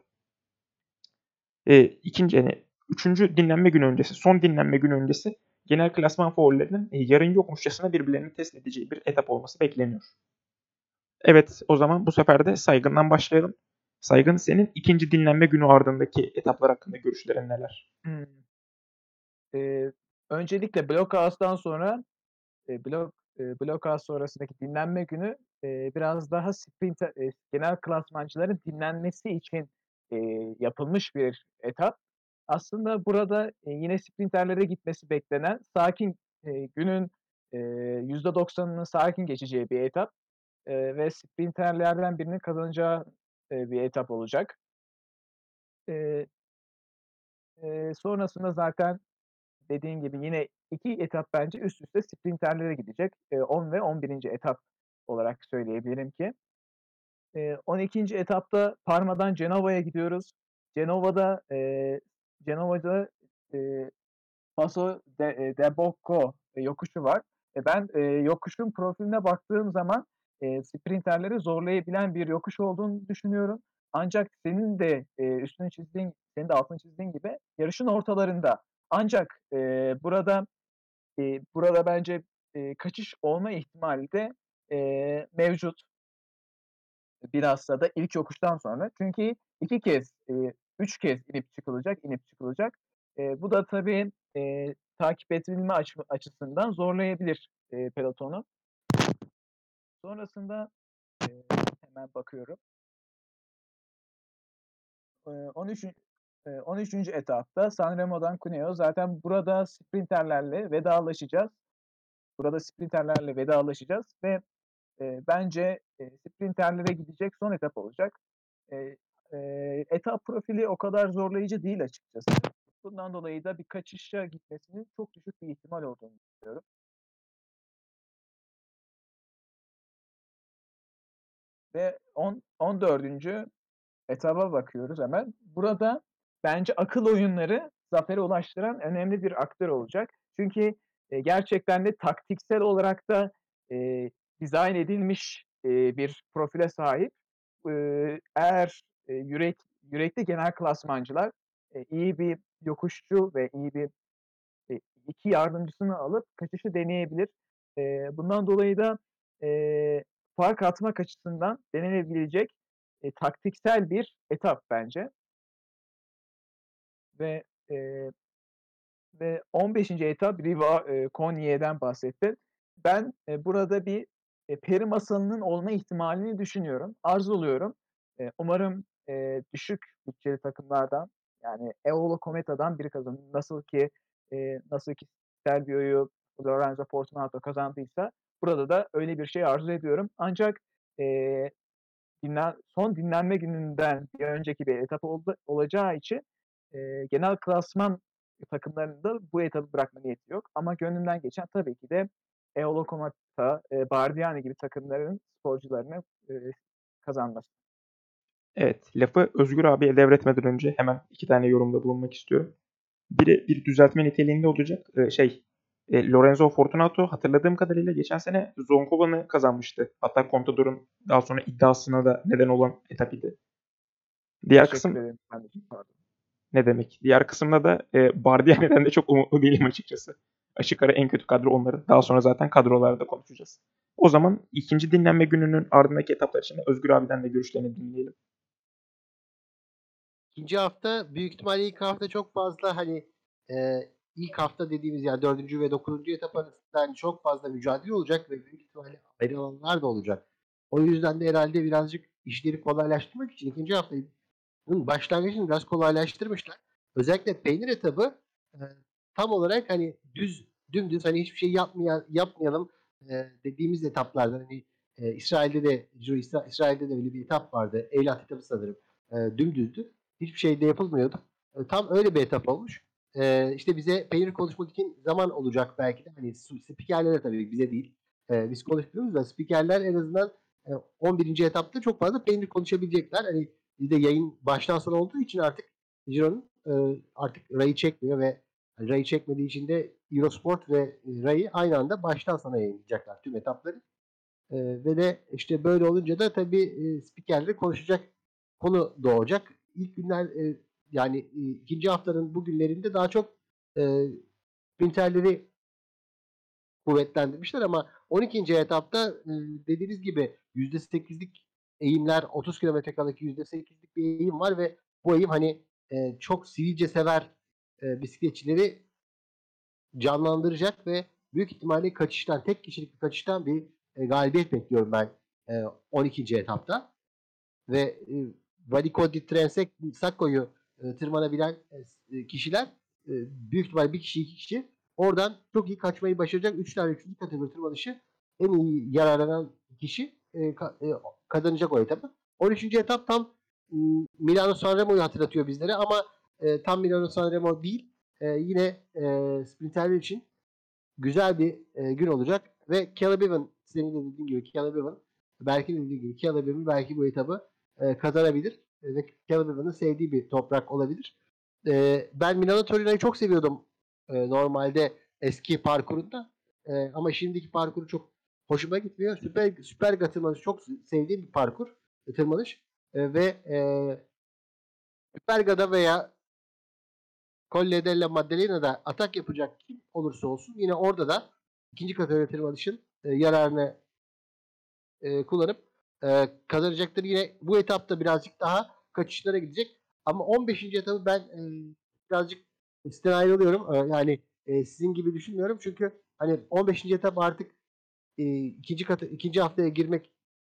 Üçüncü dinlenme günü öncesi, son dinlenme günü öncesi genel klasman favorilerinin yarın yokmuşçasına birbirlerini test edeceği bir etap olması bekleniyor. Evet, o zaman bu sefer de Saygın'dan başlayalım. Saygın, senin ikinci dinlenme günü ardındaki etaplar hakkında görüşlerin neler? Öncelikle Blockhaus'tan sonra Blockhaus sonrasındaki dinlenme günü biraz daha genel klasmancıların dinlenmesi için yapılmış bir etap. Aslında burada yine sprinterlere gitmesi beklenen sakin günün %90'ının sakin geçeceği bir etap ve sprinterlerden birinin kazanacağı bir etap olacak. Sonrasında zaten dediğin gibi yine 2 etap bence üst üste sprinterlere gidecek. 10 ve 11. etap olarak söyleyebilirim ki. 12. etapta Parma'dan Cenova'ya gidiyoruz. Cenova'da Passo de Bocco yokuşu var. Ben yokuşun profiline baktığım zaman sprinterleri zorlayabilen bir yokuş olduğunu düşünüyorum. Ancak senin de senin de altını çizdiğin gibi yarışın ortalarında. Ancak burada bence kaçış olma ihtimali de mevcut. Bilhassa da ilk yokuştan sonra. Çünkü 2 kez, 3 kez inip çıkılacak. Bu da tabii takip edilme açısından zorlayabilir pelotonu. Sonrasında hemen bakıyorum. 13. 13. etapta Sanremo'dan Cuneo. Zaten burada sprinterlerle vedalaşacağız ve bence sprinterlere gidecek son etap olacak. Etap profili o kadar zorlayıcı değil açıkçası. Bundan dolayı da bir kaçışa gitmesinin çok düşük bir ihtimal olduğunu düşünüyorum. Ve 14. etaba bakıyoruz hemen. Burada bence akıl oyunları zafere ulaştıran önemli bir aktör olacak. Çünkü gerçekten de taktiksel olarak da dizayn edilmiş bir profile sahip. Eğer yürekli genel klasmancılar iyi bir yokuşçu ve iyi bir 2 yardımcısını alıp kaçışı deneyebilir. Bundan dolayı da fark atmak açısından denenebilecek taktiksel bir etap bence. Ve eee, ve 15. etap Konye'den bahsettin. Ben burada bir peri masalının olma ihtimalini düşünüyorum. Arzuluyorum. Umarım düşük bütçeli takımlardan yani Eolo Cometa'dan biri kazanır. Nasıl ki Stelvio'yu Lorenzo Fortunato kazandıysa burada da öyle bir şey arzu ediyorum. Ancak son dinlenme gününden bir önceki bir etap olacağı için genel klasman takımlarında bu etabı bırakma niyeti yok. Ama gönlünden geçen tabii ki de Eolo-Kometa, Bardiani gibi takımların sporcularını kazanması. Evet, lafı Özgür abiye devretmeden önce hemen 2 tane yorumda bulunmak istiyorum. Biri bir düzeltme niteliğinde olacak. Lorenzo Fortunato hatırladığım kadarıyla geçen sene Zonkovan'ı kazanmıştı. Hatta Contador'un daha sonra iddiasına da neden olan etap idi. Diğer Teşekkür kısım ederim. Pardon. ne demek? Diğer kısımda da Bardiani'den de çok umutlu değilim açıkçası. Açık ara en kötü kadro onların. Daha sonra zaten kadrolarda konuşacağız. O zaman ikinci dinlenme gününün ardındaki etaplar için Özgür abiden de görüşlerini dinleyelim. İkinci hafta büyük ihtimalle ilk hafta çok fazla hani ilk hafta dediğimiz yani 4. ve 9. etap arasında hani çok fazla mücadele olacak ve büyük ihtimalle ayrılanlar da olacak. O yüzden de herhalde birazcık işleri kolaylaştırmak için ikinci haftayı başlangıcını biraz kolaylaştırmışlar. Özellikle peynir etabı tam olarak hani dümdüz hani hiçbir şey yapmayalım dediğimiz etaplardan hani İsrail'de de öyle bir etap vardı. Eylat etabı sanırım. Dümdüzdü. Hiçbir şey de yapılmıyordu. Tam öyle bir etap olmuş. İşte bize peynir konuşmak için zaman olacak belki de. Hani spikerlere tabii bize değil. Biz konuşmuyoruz da spikerler en azından 11. etapta çok fazla peynir konuşabilecekler. Hani bir de yayın baştan sona olduğu için artık Ciro'nun artık Ray'ı çekmiyor ve Ray'ı çekmediği için de Eurosport ve Ray'ı aynı anda baştan sona yayınlayacaklar tüm etapları. Ve de işte böyle olunca da tabii spikerle konuşacak konu doğacak. İlk günler yani ikinci haftanın bu günlerinde daha çok sprinterleri kuvvetlendirmişler ama 12. etapta dediğiniz gibi %8'lik eğimler 30 kilometre kalaki %8'lik bir eğim var ve bu eğim hani çok sivilce sever bisikletçileri canlandıracak ve büyük ihtimalle tek kişilik bir kaçıştan bir galibiyet bekliyorum ben 12. etapta. Ve Valiko di Sacco'yu tırmanabilen kişiler büyük ihtimalle bir kişi iki kişi oradan çok iyi kaçmayı başaracak. 3 tane 3. kategori tırmanışı en iyi yararlanan kişi kazanacak o etabı. 13. etap tam Milano Sanremo'yu hatırlatıyor bizlere ama tam Milano Sanremo değil. Yine sprinterler için güzel bir gün olacak ve Caleb Evan senin de dediğin gibi Caleb Evan belki de dediğin gibi Caleb Evan belki bu etabı kazanabilir ve Caleb Evan'ın sevdiği bir toprak olabilir. Ben Milano Torina'yı çok seviyordum normalde eski parkurunda ama şimdiki parkuru çok hoşuma gitmiyor. Superga tırmanışı çok sevdiğim bir parkur tırmanış ve Superga'da veya Colle della Maddalena'da atak yapacak kim olursa olsun yine orada da ikinci kategori tırmanışın yararını kullanıp kazanacaktır. Yine bu etapta birazcık daha kaçışlara gidecek. Ama 15. etabı ben birazcık sizden ayrılıyorum. Yani sizin gibi düşünmüyorum. Çünkü hani 15. etap artık ikinci haftaya girmek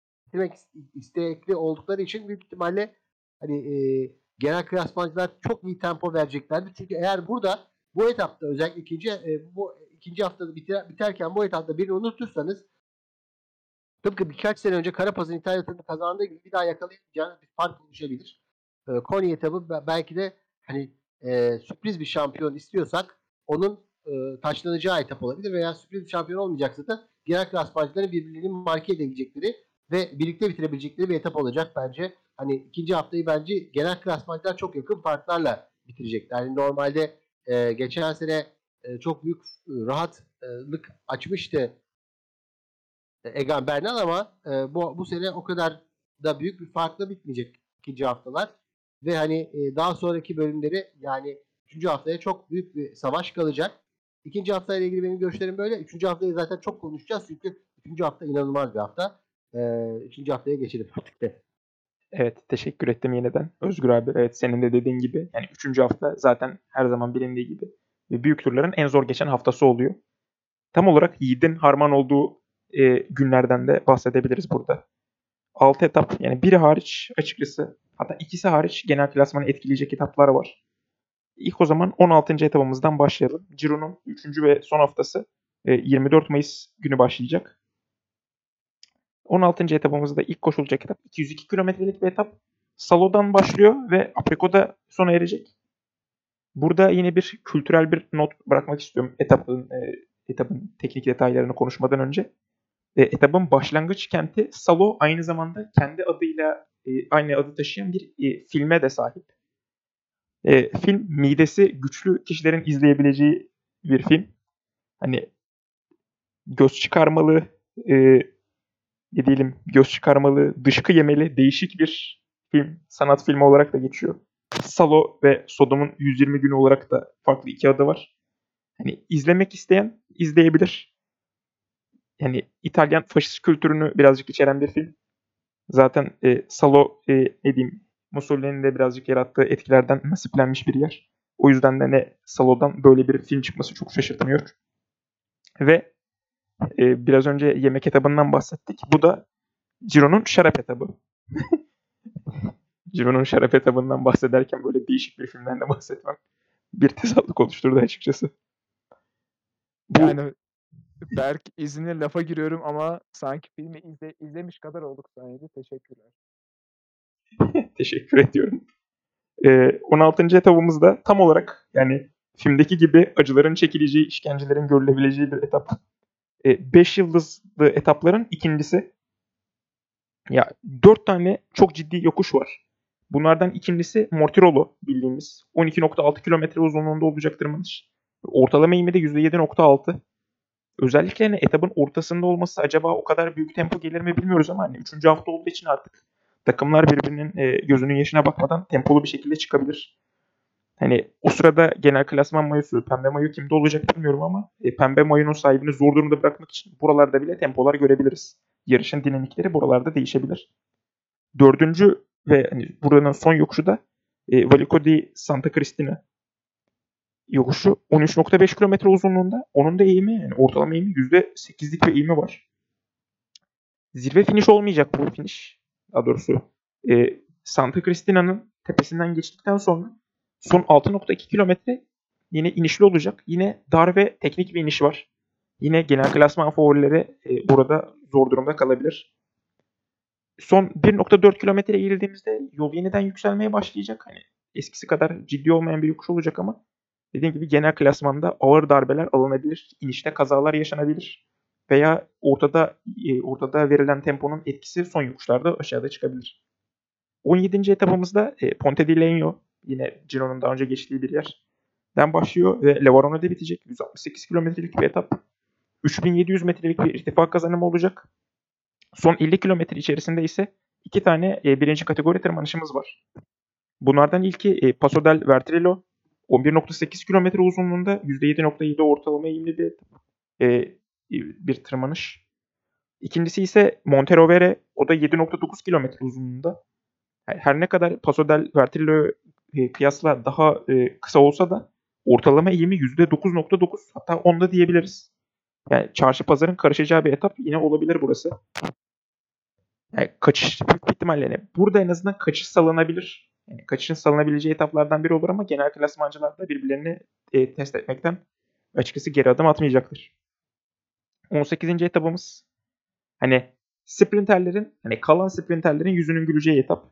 istekli oldukları için büyük ihtimalle hani genel klasmancılar çok iyi tempo vereceklerdir. Çünkü eğer bu etapta özellikle bu ikinci haftada biterken bu etapta birini unutursanız tıpkı birkaç sene önce Carapaz'ın İtalya turunu kazandığı gibi bir daha yakalayamayacağınız bir fark oluşabilir. Konya etabı belki de hani sürpriz bir şampiyon istiyorsak onun taçlanacağı etap olabilir veya sürpriz bir şampiyon olmayacaksa da genel klasmancıların birbirlerini marke edebilecekleri ve birlikte bitirebilecekleri bir etap olacak bence. Hani ikinci haftayı bence genel klasmancılar çok yakın farklarla bitirecekler. Yani normalde geçen sene çok büyük rahatlık açmıştı Egan Bernal ama bu sene o kadar da büyük bir farkla bitmeyecek ikinci haftalar. Ve hani daha sonraki bölümleri yani 3. haftaya çok büyük bir savaş kalacak. İkinci haftayla ilgili benim görüşlerim böyle. 3. haftayı zaten çok konuşacağız çünkü 3. hafta inanılmaz bir hafta. 3. haftaya geçelim artık de. Evet, teşekkür ettim yeniden Özgür abi. Evet, senin de dediğin gibi yani 3. hafta zaten her zaman bilindiği gibi büyük turların en zor geçen haftası oluyor. Tam olarak Yiğit'in harman olduğu günlerden de bahsedebiliriz burada. 6 etap yani biri hariç açıkçası hatta ikisi hariç genel klasmanı etkileyecek etaplar var. İlk o zaman 16. etapımızdan başlayalım. Ciro'nun 3. ve son haftası 24 Mayıs günü başlayacak. 16. etapımızda ilk koşulacak etap 202 kilometrelik bir etap. Salo'dan başlıyor ve Apricot'da sona erecek. Burada yine bir kültürel bir not bırakmak istiyorum etapın teknik detaylarını konuşmadan önce. Etapın başlangıç kenti Salo aynı zamanda kendi adıyla aynı adı taşıyan bir filme de sahip. Film midesi güçlü kişilerin izleyebileceği bir film. Hani göz çıkarmalı, göz çıkarmalı, dışkı yemeli, değişik bir film, sanat filmi olarak da geçiyor. Salo ve Sodom'un 120 günü olarak da farklı iki adı var. Hani izlemek isteyen izleyebilir. Yani İtalyan faşist kültürünü birazcık içeren bir film. Zaten Salo Mussolini'nin de birazcık yarattığı etkilerden nasiplenmiş bir yer. O yüzden de Salo'dan böyle bir film çıkması çok şaşırtmıyor. Ve biraz önce yemek etabından bahsettik. Bu da Ciro'nun şarap etabı. Ciro'nun şarap etabından bahsederken böyle değişik bir filmden de bahsetmem bir tezatlık oluşturdu açıkçası. Yani Berk izinle lafa giriyorum ama sanki filmi izlemiş kadar olduk sayede. Teşekkürler. Teşekkür ediyorum. 16. etabımızda tam olarak yani filmdeki gibi acıların çekileceği, işkencelerin görülebileceği bir etap. 5 yıldızlı etapların ikincisi. Ya 4 tane çok ciddi yokuş var. Bunlardan ikincisi Mortirolo bildiğimiz 12.6 kilometre uzunluğunda olacak tırmanış. Ortalama ivme de %7.6. Özellikle etapın ortasında olması acaba o kadar büyük tempo gelir mi bilmiyoruz ama 3. hafta olduğu için artık takımlar birbirinin gözünün yaşına bakmadan tempolu bir şekilde çıkabilir. Hani o sırada genel klasman mayosu, pembe mayo kimde olacak bilmiyorum ama pembe mayonun sahibini zor durumda bırakmak için buralarda bile tempolar görebiliriz. Yarışın dinamikleri buralarda değişebilir. 4. ve buranın son yokuşu da Valico di Santa Cristina yokuşu 13.5 kilometre uzunluğunda. Onun da eğimi ortalama eğimi %8'lik bir eğimi var. Zirve finish olmayacak bu finish. Daha doğrusu Santa Cristina'nın tepesinden geçtikten sonra son 6.2 kilometre yine inişli olacak. Yine dar ve teknik bir iniş var. Yine genel klasman favorileri burada zor durumda kalabilir. Son 1.4 kilometre eğildiğimizde yol yeniden yükselmeye başlayacak. Eskisi kadar ciddi olmayan bir yokuş olacak ama dediğim gibi genel klasmanda ağır darbeler alınabilir. İnişte kazalar yaşanabilir. Veya ortada verilen temponun etkisi son yokuşlarda aşağıda çıkabilir. 17. etapımızda Ponte di Legno, yine Ciro'nun daha önce geçtiği bir yerden başlıyor ve Levarone'de bitecek. 168 kilometrelik bir etap. 3700 metrelik bir irtifa kazanımı olacak. Son 50 kilometre içerisinde ise 2 tane birinci kategori tırmanışımız var. Bunlardan ilki Paso del Vertrello. 11.8 kilometre uzunluğunda %7.7 ortalama eğimli bir tırmanış. İkincisi ise Monterovere. O da 7.9 kilometre uzunluğunda. Her ne kadar Paso del Vertrello kıyasla daha kısa olsa da ortalama eğimi %9.9, hatta 10'da diyebiliriz. Yani çarşı pazarın karışacağı bir etap yine olabilir burası. Yani kaçış büyük bir ihtimalle burada en azından kaçış salınabilir. Yani kaçışın salınabileceği etaplardan biri olur ama genel klasmancılar da birbirlerini test etmekten açıkçası geri adım atmayacaktır. 18. etapımız sprinterlerin kalan sprinterlerin yüzünün güleceği etap.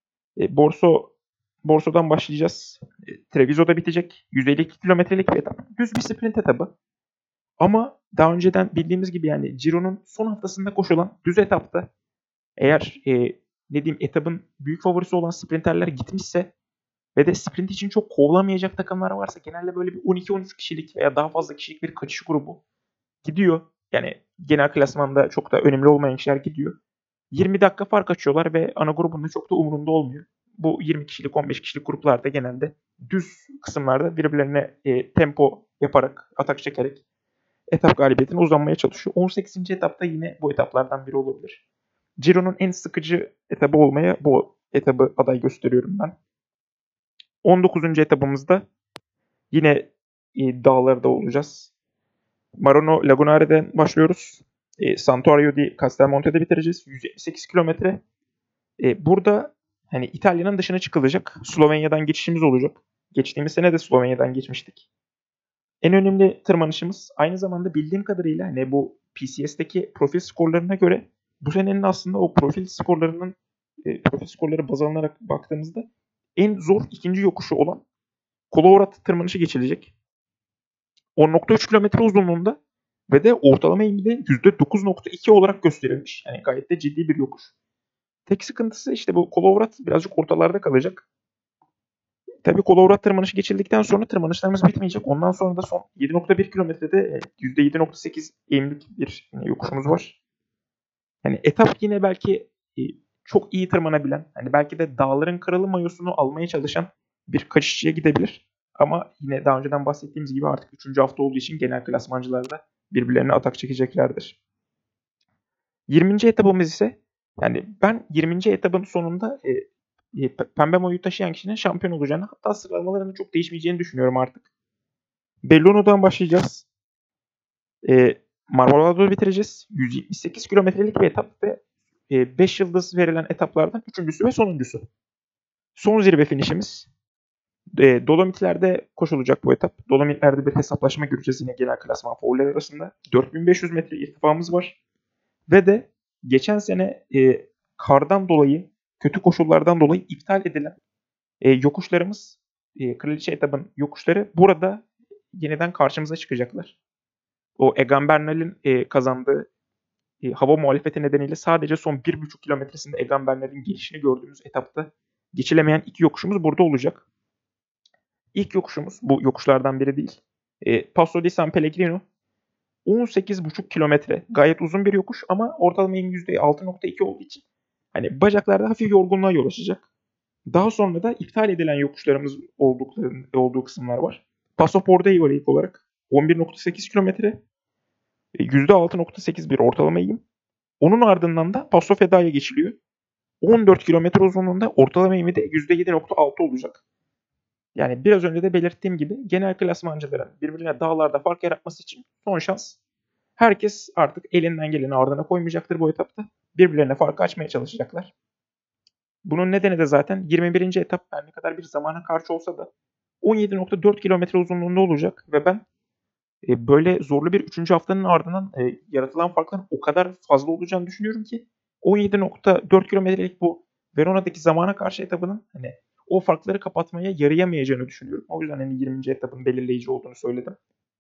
Borso'dan başlayacağız. Treviso'da bitecek. 152 kilometrelik bir etap. Düz bir sprint etabı. Ama daha önceden bildiğimiz gibi Ciro'nun son haftasında koşulan düz etapta eğer etabın büyük favorisi olan sprinterler gitmişse ve de sprint için çok kovulamayacak takımlar varsa genelde böyle bir 12-13 kişilik veya daha fazla kişilik bir kaçış grubu gidiyor. Yani genel klasmanda çok da önemli olmayan kişiler gidiyor. 20 dakika fark açıyorlar ve ana grubun da çok da umurunda olmuyor. Bu 20 kişilik, 15 kişilik gruplarda genelde düz kısımlarda birbirlerine tempo yaparak, atak çekerek etap galibiyetine uzanmaya çalışıyor. 18. etapta yine bu etaplardan biri olabilir. Ciro'nun en sıkıcı etabı olmaya bu etabı aday gösteriyorum ben. 19. etabımızda yine dağlarda olacağız. Marano Lagunare'den başlıyoruz. Santuario di Castelmonte'de bitireceğiz. 178 kilometre. Burada İtalya'nın dışına çıkılacak. Slovenya'dan geçişimiz olacak. Geçtiğimiz sene de Slovenya'dan geçmiştik. En önemli tırmanışımız aynı zamanda bildiğim kadarıyla bu PCS'teki profil skorlarına göre bu senenin aslında o profil skorları baz alınarak baktığımızda en zor ikinci yokuşu olan Kolorad tırmanışı geçilecek. 10.3 kilometre uzunluğunda ve de ortalama eğimi de %9.2 olarak gösterilmiş. Yani gayet de ciddi bir yokuş. Tek sıkıntısı işte bu Kolorad birazcık ortalarda kalacak. Tabii Kolorad tırmanışı geçildikten sonra tırmanışlarımız bitmeyecek. Ondan sonra da son 7.1 kilometrede %7.8 eğimlik bir yokuşumuz var. Yani etap yine belki çok iyi tırmanabilen, hani belki de dağların kralı mayosunu almaya çalışan bir kaçışçıya gidebilir. Ama yine daha önceden bahsettiğimiz gibi artık 3. hafta olduğu için genel klasmancılar da birbirlerine atak çekeceklerdir. 20. etapımız ise yani ben 20. etapın sonunda pembe mayoyu taşıyan kişinin şampiyon olacağını, hatta sıralamalarının çok değişmeyeceğini düşünüyorum artık. Belluno'dan başlayacağız. Marmolado'yu bitireceğiz. 178 kilometrelik bir etap ve 5 yıldız verilen etaplardan 3.'sü ve sonuncusu. Son zirve finişimiz. Dolomitler'de koşulacak bu etap. Dolomitler'de bir hesaplaşma göreceğiz yine genel klasman favoriler arasında. 4500 metre irtifamız var. Ve de geçen sene kardan dolayı, kötü koşullardan dolayı iptal edilen yokuşlarımız, Kraliçe etabın yokuşları burada yeniden karşımıza çıkacaklar. O Egan Bernal'in kazandığı hava muhalefeti nedeniyle sadece son 1,5 kilometresinde Egan Bernal'in gelişini gördüğümüz etapta geçilemeyen 2 yokuşumuz burada olacak. İlk yokuşumuz, bu yokuşlardan biri değil, Passo di San Pellegrino. 18,5 kilometre. Gayet uzun bir yokuş ama ortalama eğim %6.2 olduğu için hani bacaklarda hafif yorgunluğa yol açacak. Daha sonra da iptal edilen yokuşlarımız olduğu kısımlar var. Passo Porto'yu var ilk olarak. 11.8 kilometre. %6.8 bir ortalama eğim. Onun ardından da Passo Feda'ya geçiliyor. 14 kilometre uzunluğunda ortalama eğimi de %7.6 olacak. Yani biraz önce de belirttiğim gibi genel klasmancıların birbirine dağlarda fark yaratması için son şans. Herkes artık elinden geleni ardına koymayacaktır bu etapta. Birbirlerine farkı açmaya çalışacaklar. Bunun nedeni de zaten 21. etap her ne kadar bir zamana karşı olsa da 17.4 kilometre uzunluğunda olacak ve ben böyle zorlu bir 3. haftanın ardından yaratılan farkların o kadar fazla olacağını düşünüyorum ki 17.4 kilometrelik bu Verona'daki zamana karşı etabının hani o farkları kapatmaya yarayamayacağını düşünüyorum. O yüzden hani 20. etapın belirleyici olduğunu söyledim.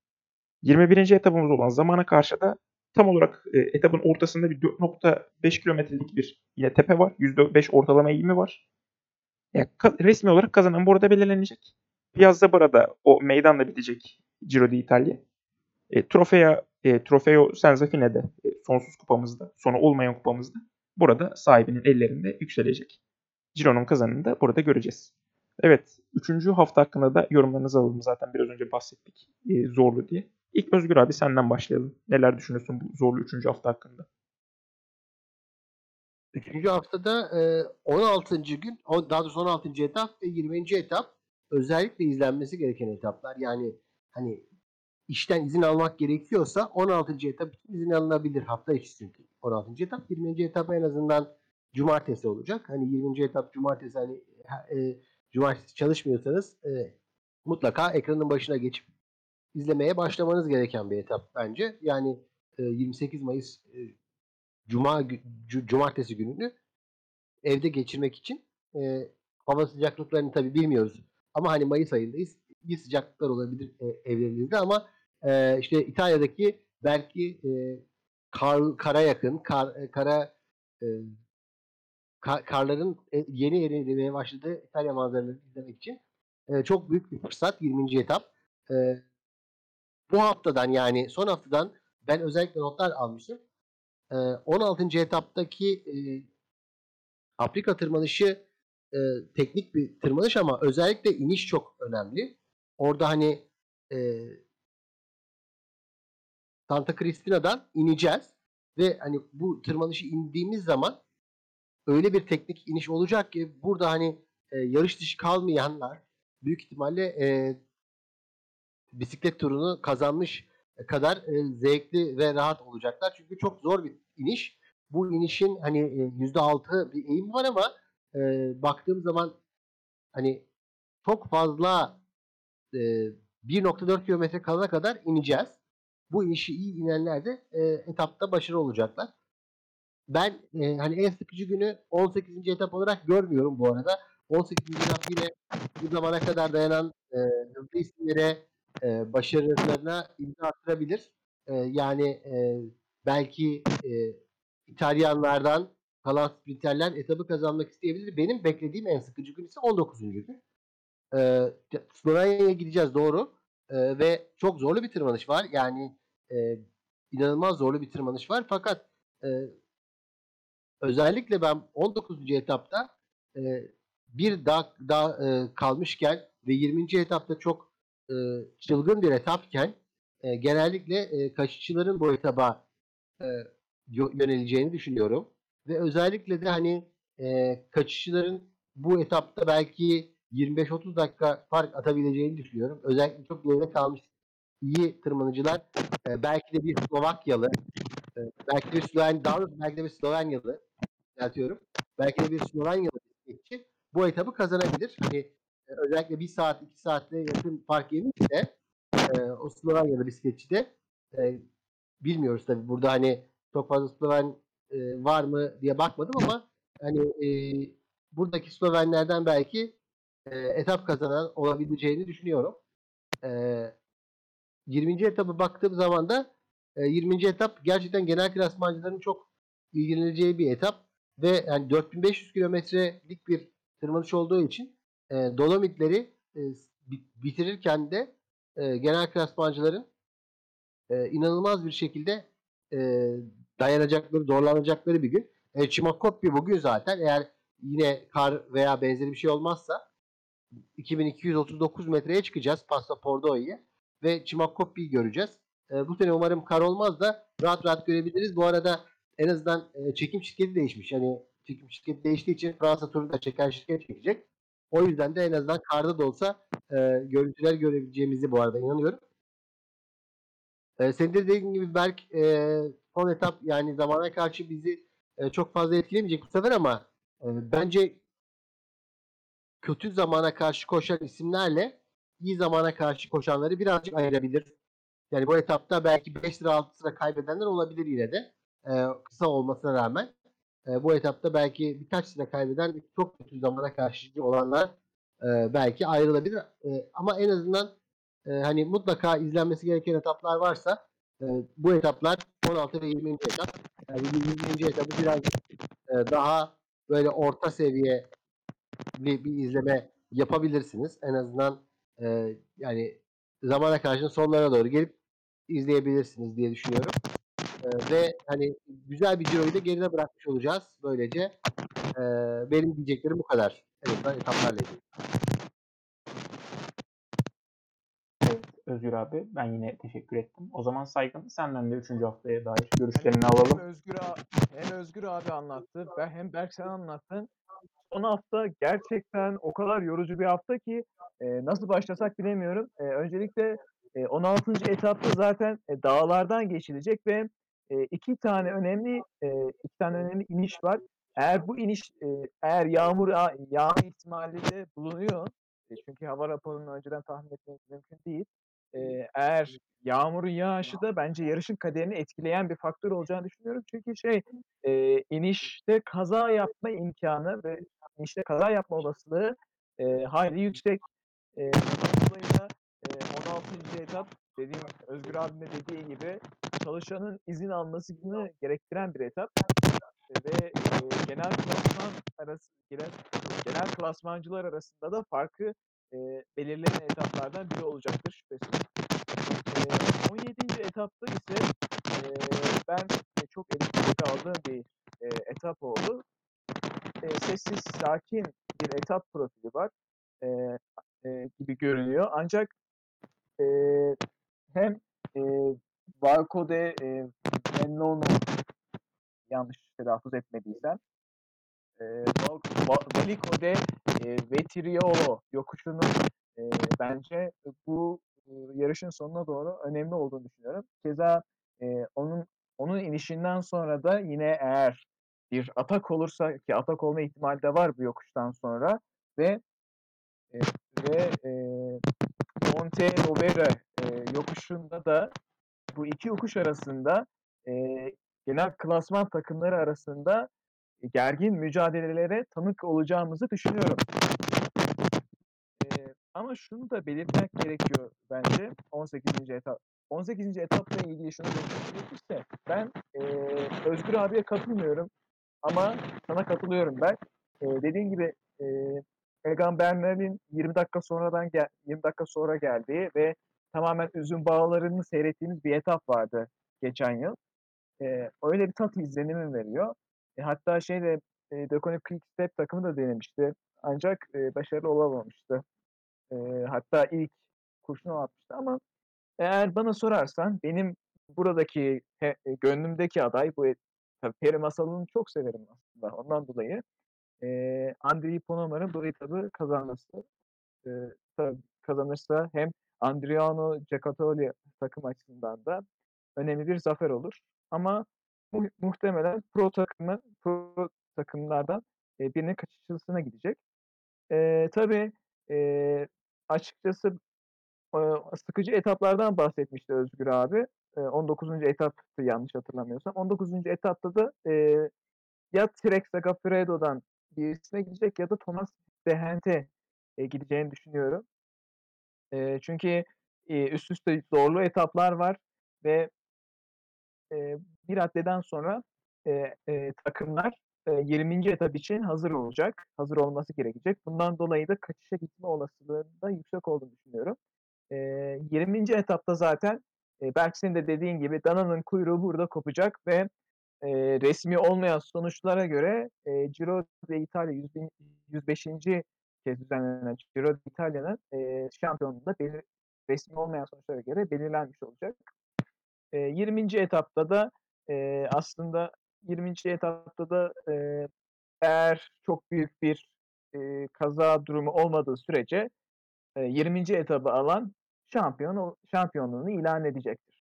21. etapımız olan zamana karşı da tam olarak etapın ortasında bir 4.5 kilometrelik bir yine tepe var. %5 ortalama eğimi var. Yani resmi olarak kazanan burada belirlenecek. Piazza Bra'da o meydanla bitecek Giro d'Italia. Trofeo Senza Fine'de sonsuz kupamızda, sonu olmayan kupamızda burada sahibinin ellerinde yükselecek. Giro'nun kazanını da burada göreceğiz. Evet, 3. hafta hakkında da yorumlarınızı alalım. Zaten biraz önce bahsettik zorlu diye. İlk Özgür abi senden başlayalım. Neler düşünüyorsun bu zorlu 3. hafta hakkında? 3. haftada 16. gün, daha doğrusu 16. etap ve 20. etap özellikle izlenmesi gereken etaplar. Yani hani işten izin almak gerekiyorsa 16. etap için izin alınabilir hafta içi çünkü. 16. etap, 20. etap en azından cumartesi olacak. Hani 20. etap cumartesi, hani cumartesi çalışmıyorsanız mutlaka ekranın başına geçip izlemeye başlamanız gereken bir etap bence. Yani 28 Mayıs cumartesi gününü evde geçirmek için hava sıcaklıklarını tabii bilmiyoruz. Ama hani Mayıs ayındayız. Bir sıcaklıklar olabilir evlerinizde ama işte İtalya'daki belki kara yakın, karların yeni erimeye başladığı İtalya manzaralarını izlemek için çok büyük bir fırsat 20. etap. Bu haftadan, yani son haftadan ben özellikle notlar almıştım. 16. etaptaki Afrika tırmanışı teknik bir tırmanış ama özellikle iniş çok önemli. Orada hani Santa Cristina'dan ineceğiz ve hani bu tırmanışı indiğimiz zaman öyle bir teknik iniş olacak ki burada hani yarış dışı kalmayanlar büyük ihtimalle bisiklet turunu kazanmış kadar zevkli ve rahat olacaklar. Çünkü çok zor bir iniş. Bu inişin hani %6 bir eğim var ama baktığım zaman hani çok fazla 1.4 kilometre kalana kadar ineceğiz. Bu inişi iyi inenler de etapta başarılı olacaklar. ben hani en sıkıcı günü 18. etap olarak görmüyorum bu arada. 18. etap yine bu zamana kadar dayanan hızlı isimlere başarılarına imza attırabilir. Yani belki İtalyanlardan kalan sprinterler etabı kazanmak isteyebilir. Benim beklediğim en sıkıcı gün ise 19. gün. E, Slovenya'ya gideceğiz doğru. Ve çok zorlu bir tırmanış var. Yani inanılmaz zorlu bir tırmanış var. Fakat özellikle ben 19. etapta e, bir daha kalmışken ve 20. etapta çok e, çılgın bir etapken genellikle kaçışçıların bu etaba e, yöneleceğini düşünüyorum. Ve özellikle de hani kaçışçıların bu etapta belki 25-30 dakika fark atabileceğini düşünüyorum. Özellikle çok geride kalmış iyi tırmanıcılar belki de bir Slovakyalı belki de bir belki de bir Slovenyalı düzeltiyorum. Belki de bir Slovenyalı bisikletçi bu etabı kazanabilir. Hani özellikle 1 saat 2 saatte yakın fark yemişse o Slovenyalı bisikletçi de e, bilmiyoruz tabii. Burada hani çok fazla Sloven var mı diye bakmadım ama hani buradaki Slovenlerden belki etap kazanan olabileceğini düşünüyorum. E, 20. etaba baktığım zaman da 20. etap gerçekten genel klasmancıların çok ilgileneceği bir etap ve yani 4500 kilometrelik bir tırmanış olduğu için Dolomitleri bitirirken de genel klasmancıların inanılmaz bir şekilde e, dayanacakları, zorlanacakları bir gün. Çimakoppi bugün zaten eğer yine kar veya benzeri bir şey olmazsa 2239 metreye çıkacağız Passapordo'ya ve Çimakoppi'yi göreceğiz. Bu sene umarım kar olmaz da rahat rahat görebiliriz. Bu arada en azından çekim şirketi değişmiş. Yani çekim şirketi değiştiği için Fransa turunu da çeken şirket çekecek. O yüzden de en azından karda da olsa görüntüler görebileceğimizi bu arada inanıyorum. Senin de dediğin gibi Berk son etap yani zamana karşı bizi çok fazla etkilemeyecek bu sefer ama bence kötü zamana karşı koşan isimlerle iyi zamana karşı koşanları birazcık ayırabilir. Yani bu etapta belki 5 lira 6 sıra kaybedenler olabilir yine de. Kısa olmasına rağmen. Bu etapta belki birkaç sıra kaybeden çok kötü zamana karşı olanlar belki ayrılabilir. Ama en azından hani mutlaka izlenmesi gereken etaplar varsa bu etaplar 16 ve 20. etap. Yani 20. etabı biraz daha böyle orta seviye bir izleme yapabilirsiniz. En azından yani zamana karşı sonlara doğru gelip izleyebilirsiniz diye düşünüyorum. Ve hani güzel bir ciroyu da geride bırakmış olacağız. Böylece benim diyeceklerim bu kadar. En azından etaplarla ilgili. Evet Özgür abi, ben yine teşekkür ettim. O zaman Saygın, senden de 3. haftaya dair görüşlerini alalım. Hem Özgür abi anlattı, hem Berk sen anlattın. Son hafta gerçekten o kadar yorucu bir hafta ki nasıl başlasak bilemiyorum. Öncelikle 16. etapta zaten dağlardan geçilecek ve iki tane önemli iniş var. Eğer bu iniş eğer yağma ihtimali de bulunuyor. Çünkü hava raporunu önceden tahmin etmek mümkün değil. Eğer yağmurun yağışı da bence yarışın kaderini etkileyen bir faktör olacağını düşünüyorum. Çünkü inişte kaza yapma imkanı ve inişte kaza yapma olasılığı hayli yüksek. Dolayısıyla 16. etap Özgür abinin de dediği gibi çalışanın izin almasını gerektiren bir etap. Ve genel klasman genel klasmancılar arasında da farkı belirleyen etaplardan biri olacaktır şüphesiz. 17. etapta ise ben çok eleştiri aldığım bir etap oldu. Sessiz, sakin bir etap profili var gibi görünüyor. Ancak e, hem e, Valco de Menlon'u yanlış telaffuz etmediysem Valico de Vetriolo yokuşunun bence bu yarışın sonuna doğru önemli olduğunu düşünüyorum. Keza onun inişinden sonra da yine eğer bir atak olursa ki atak olma ihtimali de var bu yokuştan sonra ve e, ve Monte Rovere yokuşunda da bu iki yokuş arasında e, genel klasman takımları arasında gergin mücadelelere tanık olacağımızı düşünüyorum. Ama şunu da belirtmek gerekiyor bence 18. etap. 18. etapla ilgili şunu belirtmek gerekirse ben Özgür abiye katılmıyorum ama sana katılıyorum ben. Dediğin gibi Egan Bernal'in 20 dakika sonra geldiği ve tamamen üzüm bağlarını seyrettiğimiz bir etap vardı geçen yıl. Öyle bir tat izlenimi veriyor. Hatta Deceuninck Quick-Step takımı da denemişti. Ancak başarılı olamamıştı. Hatta ilk kurşunu atmıştı ama eğer bana sorarsan benim buradaki gönlümdeki aday tabii peri masalını çok severim aslında. Ondan dolayı Andrei Ponomar'ın bu etabı kazanması. Tabii kazanırsa hem Andriano Giocattoli takım açısından da önemli bir zafer olur. Ama muhtemelen pro takımlardan birinin kaçışılsına gidecek. Tabii açıkçası sıkıcı etaplardan bahsetmişti Özgür abi. 19. etaptı yanlış hatırlamıyorsam. 19. etapta da ya Trek Segafredo'dan birisine gidecek ya da Thomas Behent'e gideceğini düşünüyorum. Çünkü üst üste zorlu etaplar var ve bir raddeden sonra takımlar 20. etap için hazır olacak. Hazır olması gerekecek. Bundan dolayı da kaçışa gitme olasılığının da yüksek olduğunu düşünüyorum. 20. etapta zaten Berk senin de dediğin gibi dananın kuyruğu burada kopacak ve resmi olmayan sonuçlara göre Giro d'Italia 105. kez düzenlenen Giro d'Italia'nın şampiyonluğu da resmi olmayan sonuçlara göre belirlenmiş olacak. 20. etapta da aslında 20. etapta da eğer çok büyük bir kaza durumu olmadığı sürece 20. etabı alan şampiyonluğunu ilan edecektir.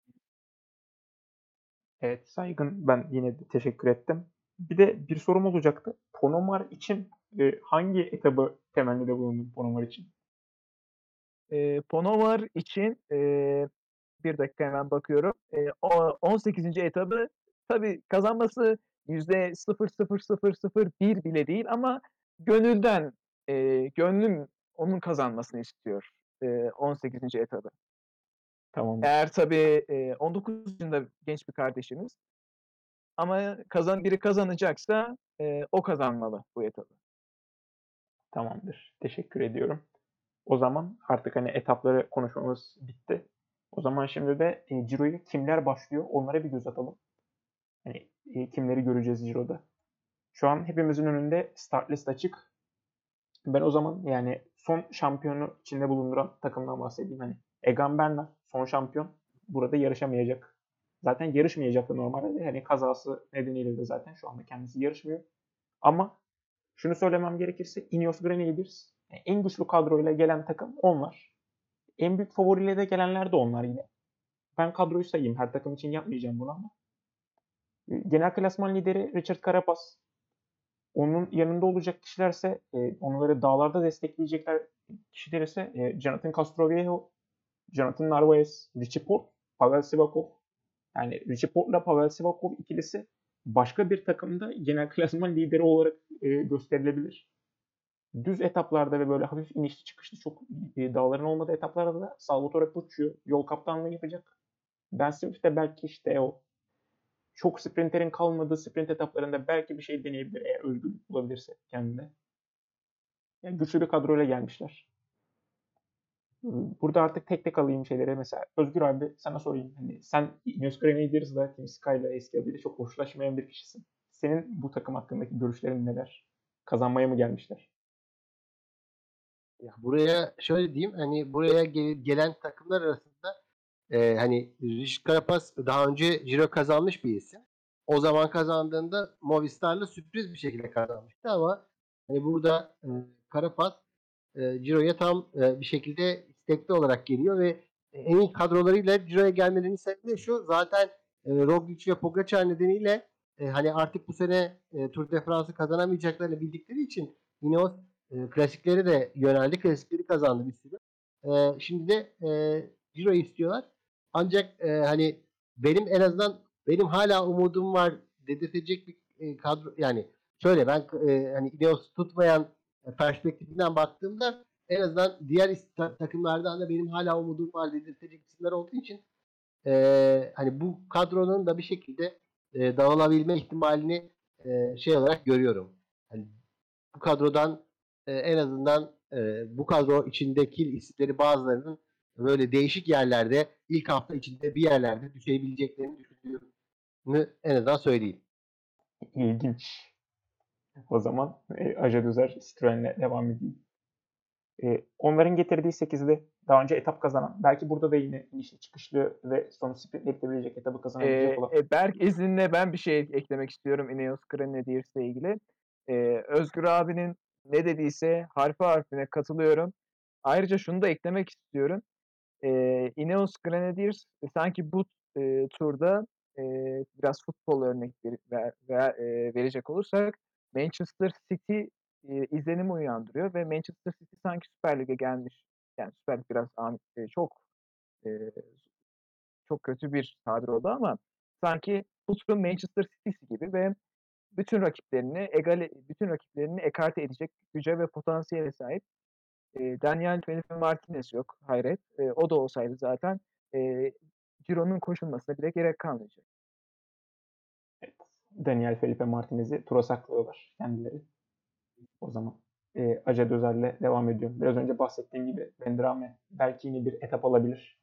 Evet Saygın, ben yine de teşekkür ettim. Bir de bir sorum olacaktı. Ponomar için hangi etabı temennide bulundun Ponomar için? Ponomar için bir dakika hemen bakıyorum. 18. etabı tabii kazanması %0,0001 bile değil ama gönülden gönlüm onun kazanmasını istiyor 18. etabı. Tamam, Eğer tabii 19 yaşında genç bir kardeşimiz ama biri kazanacaksa o kazanmalı bu etabı. tamamdır. Teşekkür ediyorum. O zaman artık hani etapları konuşmamız bitti. O zaman şimdi de Ciro'ya kimler başlıyor onlara bir göz atalım. Hani kimleri göreceğiz Ciro'da. Şu an hepimizin önünde start list açık. Ben o zaman yani son şampiyonu içinde bulunduran takımdan bahsedeyim. Hani Egan Bernal son şampiyon. Burada yarışamayacak. Zaten yarışmayacaktı normalde. Hani kazası nedeniyle de zaten şu anda kendisi yarışmıyor. Ama şunu söylemem gerekirse Ineos Grenadiers yani en güçlü kadroyla gelen takım onlar. En büyük favoriyle de gelenler de onlar yine. Ben kadroyu sayayım. Her takım için yapmayacağım bunu ama. Genel klasman lideri Richard Carapaz. Onun yanında olacak kişilerse onları dağlarda destekleyecekler kişiler ise Jonathan Castroviejo, Jonathan Narvaez, Richie Porte, Pavel Sivakov. Yani Richie Porte'la Pavel Sivakov ikilisi başka bir takımda genel klasman lideri olarak gösterilebilir. Düz etaplarda ve böyle hafif inişli çıkışlı çok dağların olmadığı etaplarda da Salvatore Puccio yol kaptanlığı yapacak. Ben Smith de belki işte o çok sprinterin kalmadığı sprint etaplarında belki bir şey deneyebilir eğer özgürlük bulabilirse kendine. Yani güçlü bir kadroyla gelmişler. Burada artık tek tek alayım şeylere. Mesela Özgür abi sana sorayım. Hani sen Ineos Grenadiers'la Team Sky'la eski adıyla çok hoşlaşmayan bir kişisin. Senin bu takım hakkındaki görüşlerin neler? Kazanmaya mı gelmişler? Ya buraya şöyle diyeyim, hani buraya gelen takımlar arasında hani Richard Carapaz daha önce Giro kazanmış bir isim. O zaman kazandığında Movistar'la sürpriz bir şekilde kazanmıştı ama hani burada Carapaz Ciro'ya tam bir şekilde istekli olarak geliyor ve en iyi kadrolarıyla Ciro'ya gelmelerinin sebebi de şu. Zaten Roglic ve Pogacar nedeniyle hani artık bu sene Tour de France'ı kazanamayacaklarını bildikleri için yine o klasikleri de yöneldi. Klasikleri kazandı bir sürü. Şimdi de Ciro'yu istiyorlar. Ancak hani benim en azından benim hala umudum var dedirtecek bir kadro. Yani şöyle ben hani Ineos tutmayan perspektifinden baktığımda en azından diğer takımlardan da benim hala umudum var dedirtecek isimler olduğu için hani bu kadronun da bir şekilde dağılabilme ihtimalini şey olarak görüyorum. Hani bu kadrodan en azından bu kadro içindeki isimleri bazılarının böyle değişik yerlerde ilk hafta içinde bir yerlerde düşebileceklerini düşünüyorum. En azından söyleyeyim. İlginç. O zaman Aja Dözer Citroen'le devam edeyim. Onların getirdiği 8'de daha önce etap kazanan, belki burada da yine inişli çıkışlı ve sonu sprintle bitebilecek etabı kazanabilecek olan. Berk izninle ben bir şey eklemek istiyorum Ineos Grenadiers'le ilgili. Özgür abinin ne dediyse harfi harfine katılıyorum. Ayrıca şunu da eklemek istiyorum. Ineos Grenadiers sanki bu turda biraz futbol örnek verecek olursak Manchester City izlenimi uyandırıyor ve Manchester City sanki Süper Lig'e gelmiş. Yani Süper Lig biraz e, çok kötü bir tabir oldu ama sanki bu turun Manchester City'si gibi ve bütün rakiplerini ekarte edecek güce ve potansiyele sahip. Daniel Felipe Martinez yok. Hayret. O da olsaydı zaten Ciro'nun koşulmasına bile gerek kalmayacak. Evet, Daniel Felipe Martinez'i tura saklıyorlar kendileri. O zaman Aja Dözer'le devam ediyorum. Biraz önce bahsettiğim gibi Vendrame belki yine bir etap alabilir.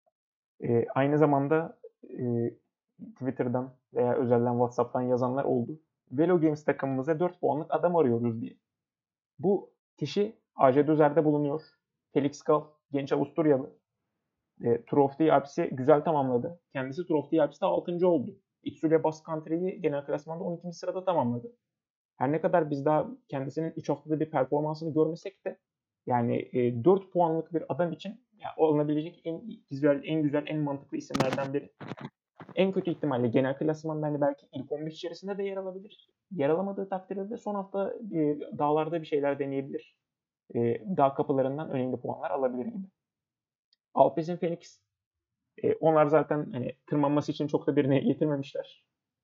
Aynı zamanda Twitter'dan veya özelden WhatsApp'tan yazanlar oldu. Velo Games takımımıza 4 puanlık adam arıyoruz diye. Bu kişi AJ Dözer'de bulunuyor. Felix Gal, genç Avusturyalı. Tour of the Alps'i güzel tamamladı. Kendisi Tour of the Alps'te 6. oldu. Itzulia Basque Country'yi genel klasmanda 12. sırada tamamladı. Her ne kadar biz daha kendisinin 3 haftada bir performansını görmesek de yani 4 puanlık bir adam için yani alınabilecek en güzel, en mantıklı isimlerden biri. En kötü ihtimalle genel klasmanda hani belki ilk 15 içerisinde de yer alabilir. Yer alamadığı takdirde de son hafta dağlarda bir şeyler deneyebilir. Dağ kapılarından önemli puanlar alabilir gibi. Alpecin Phoenix onlar zaten hani tırmanması için çok da birine getirmemişler.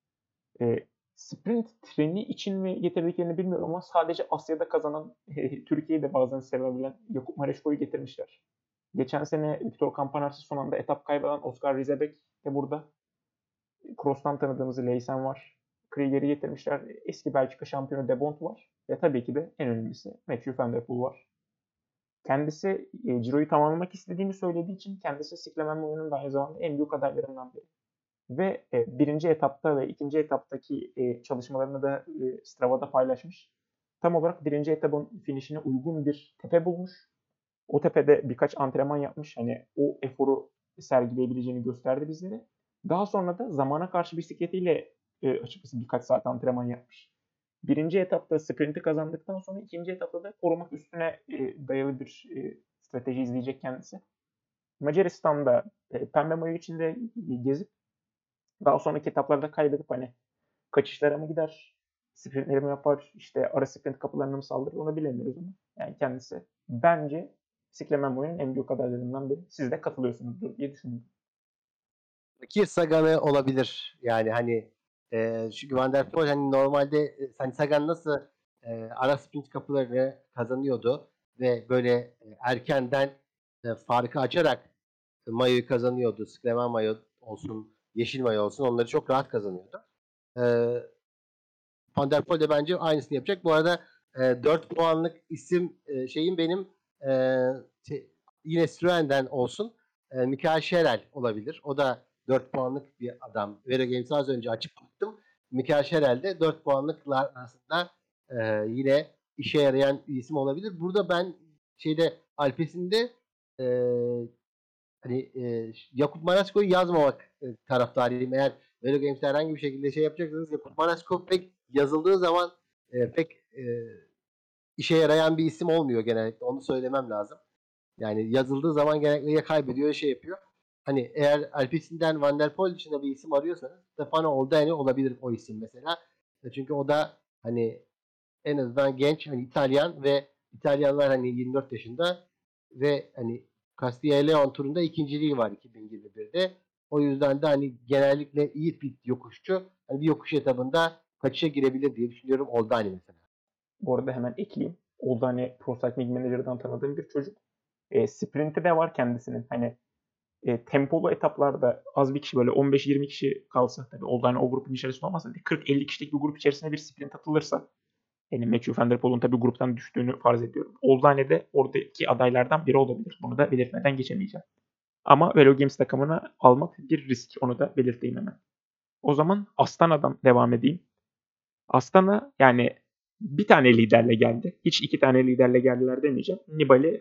Sprint treni için mi getirdiklerini bilmiyorum ama sadece Asya'da kazanan, Türkiye'yi de bazen sevebilen Jakub Mareşko'yu getirmişler. Geçen sene Viktor Kampanars'ı son anda etap kaybeden Oscar Rizebek de burada. Cross'tan tanıdığımız Leysen var. Krieger'i getirmişler. Eski Belçika şampiyonu De Bont var. Ve tabii ki de en önemlisi Mathieu van der Poel var. Kendisi Ciro'yu tamamlamak istediğini söylediği için kendisi Cyclamen oyunun da aynı zamanda en büyük adaylarından biri. Ve birinci etapta ve ikinci etaptaki çalışmalarını da Strava'da paylaşmış. Tam olarak birinci etapın finişine uygun bir tepe bulmuş. O tepede birkaç antrenman yapmış. Hani o eforu sergileyebileceğini gösterdi bizlere. Daha sonra da zamana karşı bisikletiyle açıkçası birkaç saat antrenman yapmış. Birinci etapta sprinti kazandıktan sonra ikinci etapta da korumak üstüne dayalı bir strateji izleyecek kendisi. Macaristan'da pembe mayo içinde gezip daha sonraki etaplarda kaybedip hani kaçışlara mı gider, sprintleri mi yapar, işte ara sprint kapılarına mı saldırır onu bilemiyoruz ama yani kendisi bence Cyclamen boyunun en büyük adaylarından biri. Siz de katılıyorsunuzdur diye düşünüyorum. Ki Sagan'ı olabilir. Yani hani çünkü Van der Poel hani normalde hani Sagan nasıl ara sprint kapılarını kazanıyordu ve böyle erkenden farkı açarak mayoyu kazanıyordu. Sklemen mayo olsun, yeşil mayo olsun onları çok rahat kazanıyordu. E, Van der Poel de bence aynısını yapacak. Bu arada 4 puanlık isim şeyin benim yine Citroen'den olsun Michael Scherel olabilir. O da 4 puanlık bir adam. Vero Games'i az önce açıp baktım. Michael Scherel de 4 puanlıklar arasında yine işe yarayan bir isim olabilir. Burada ben Alpes'inde e, hani Jakub Marasko'yu yazmamak taraftarıyım. Eğer Velo Games'te herhangi bir şekilde şey yapacaksanız Jakub Marasko pek yazıldığı zaman pek işe yarayan bir isim olmuyor genellikle. Onu söylemem lazım. Yani yazıldığı zaman genellikle ya kaybediyor ya şey yapıyor. Hani eğer Alpecin'den Van der Poel dışında bir isim arıyorsanız Stefano Oldani olabilir o isim mesela. Çünkü o da hani en azından genç hani İtalyan ve İtalyanlar hani 24 yaşında ve hani Castilla Leon turunda ikinciliği var 2021'de. O yüzden de hani genellikle iyi bir yokuşçu. Hani bir yokuş etabında kaçışa girebilir diye düşünüyorum. Oldani mesela. Bu arada hemen ekleyeyim. Oldani Pro Cycling Manager'dan tanıdığım bir çocuk. Sprinti de var kendisinin. Hani tempolu etaplarda az bir kişi böyle 15-20 kişi kalsa tabii Oldani o grubun içerisinde olmasa 40-50 kişilik bir grup içerisinde bir sprint atılırsa yani Matthew van der Poel'un tabii gruptan düştüğünü farz ediyorum. Oldani de oradaki adaylardan biri olabilir. Bunu da belirtmeden geçemeyeceğim. Ama Velo Games takımına almak bir risk. Onu da belirteyim hemen. O zaman Astana'dan devam edeyim. Astana yani bir tane liderle geldi. Hiç iki tane liderle geldiler demeyeceğim. Nibali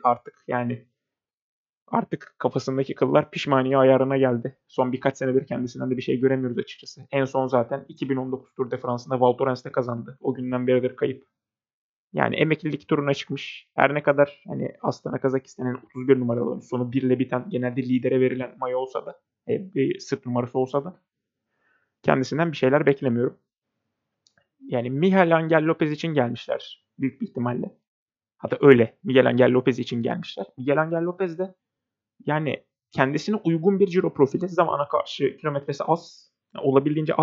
artık kafasındaki kıllar pişmaniye ayarına geldi. Son birkaç senedir kendisinden de bir şey göremiyoruz açıkçası. En son zaten 2019 Tour de France'ında Val Thorence'de kazandı. O günden beridir kayıp. Yani emeklilik turuna çıkmış. Her ne kadar hani Astana Kazakistan'ın 31 numaralı sonu 1 ile biten genelde lidere verilen mayo olsa da bir sırt numarası olsa da kendisinden bir şeyler beklemiyorum. Yani Miguel Angel Lopez için gelmişler büyük bir ihtimalle. Hatta öyle Miguel Angel Lopez için gelmişler. Miguel Angel Lopez de yani kendisine uygun bir ciro profili. Zamana karşı kilometresi az. Olabildiğince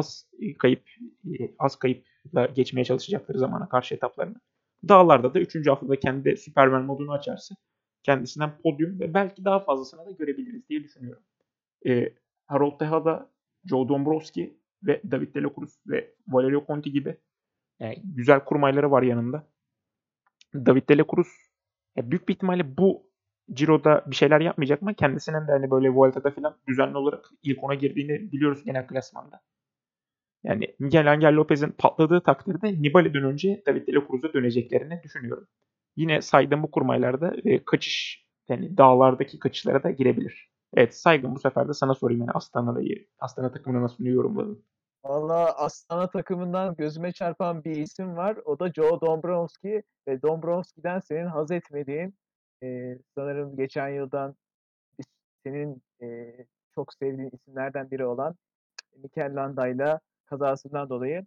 az kayıpla geçmeye çalışacakları zamana karşı etaplarını. Dağlarda da 3. haftada kendi Superman modunu açarsa kendisinden podyum ve belki daha fazlasını da görebiliriz diye düşünüyorum. Harold Tejada, Joe Dombrowski ve David de la Cruz ve Valerio Conti gibi güzel kurmayları var yanında. David de la Cruz büyük bir ihtimalle bu Ciro'da bir şeyler yapmayacak ama kendisinin de hani böyle Vuelta'da falan düzenli olarak ilk 10'a girdiğini biliyoruz genel klasmanda. Yani Miguel Angel Lopez'in patladığı takdirde Nibali'den önce David de la Cruz'a döneceklerini düşünüyorum. Yine saydığım bu kurmaylarda kaçış yani dağlardaki kaçışlara da girebilir. Evet Saygın bu sefer de sana sorayım yani Astana takımını nasıl yorumladın? Valla Astana takımından gözüme çarpan bir isim var. O da Joe Dombrowski. Ve Dombrowski'den senin haz etmediğin sanırım geçen yıldan senin çok sevdiğin isimlerden biri olan Mikel Landa'yla kazasından dolayı.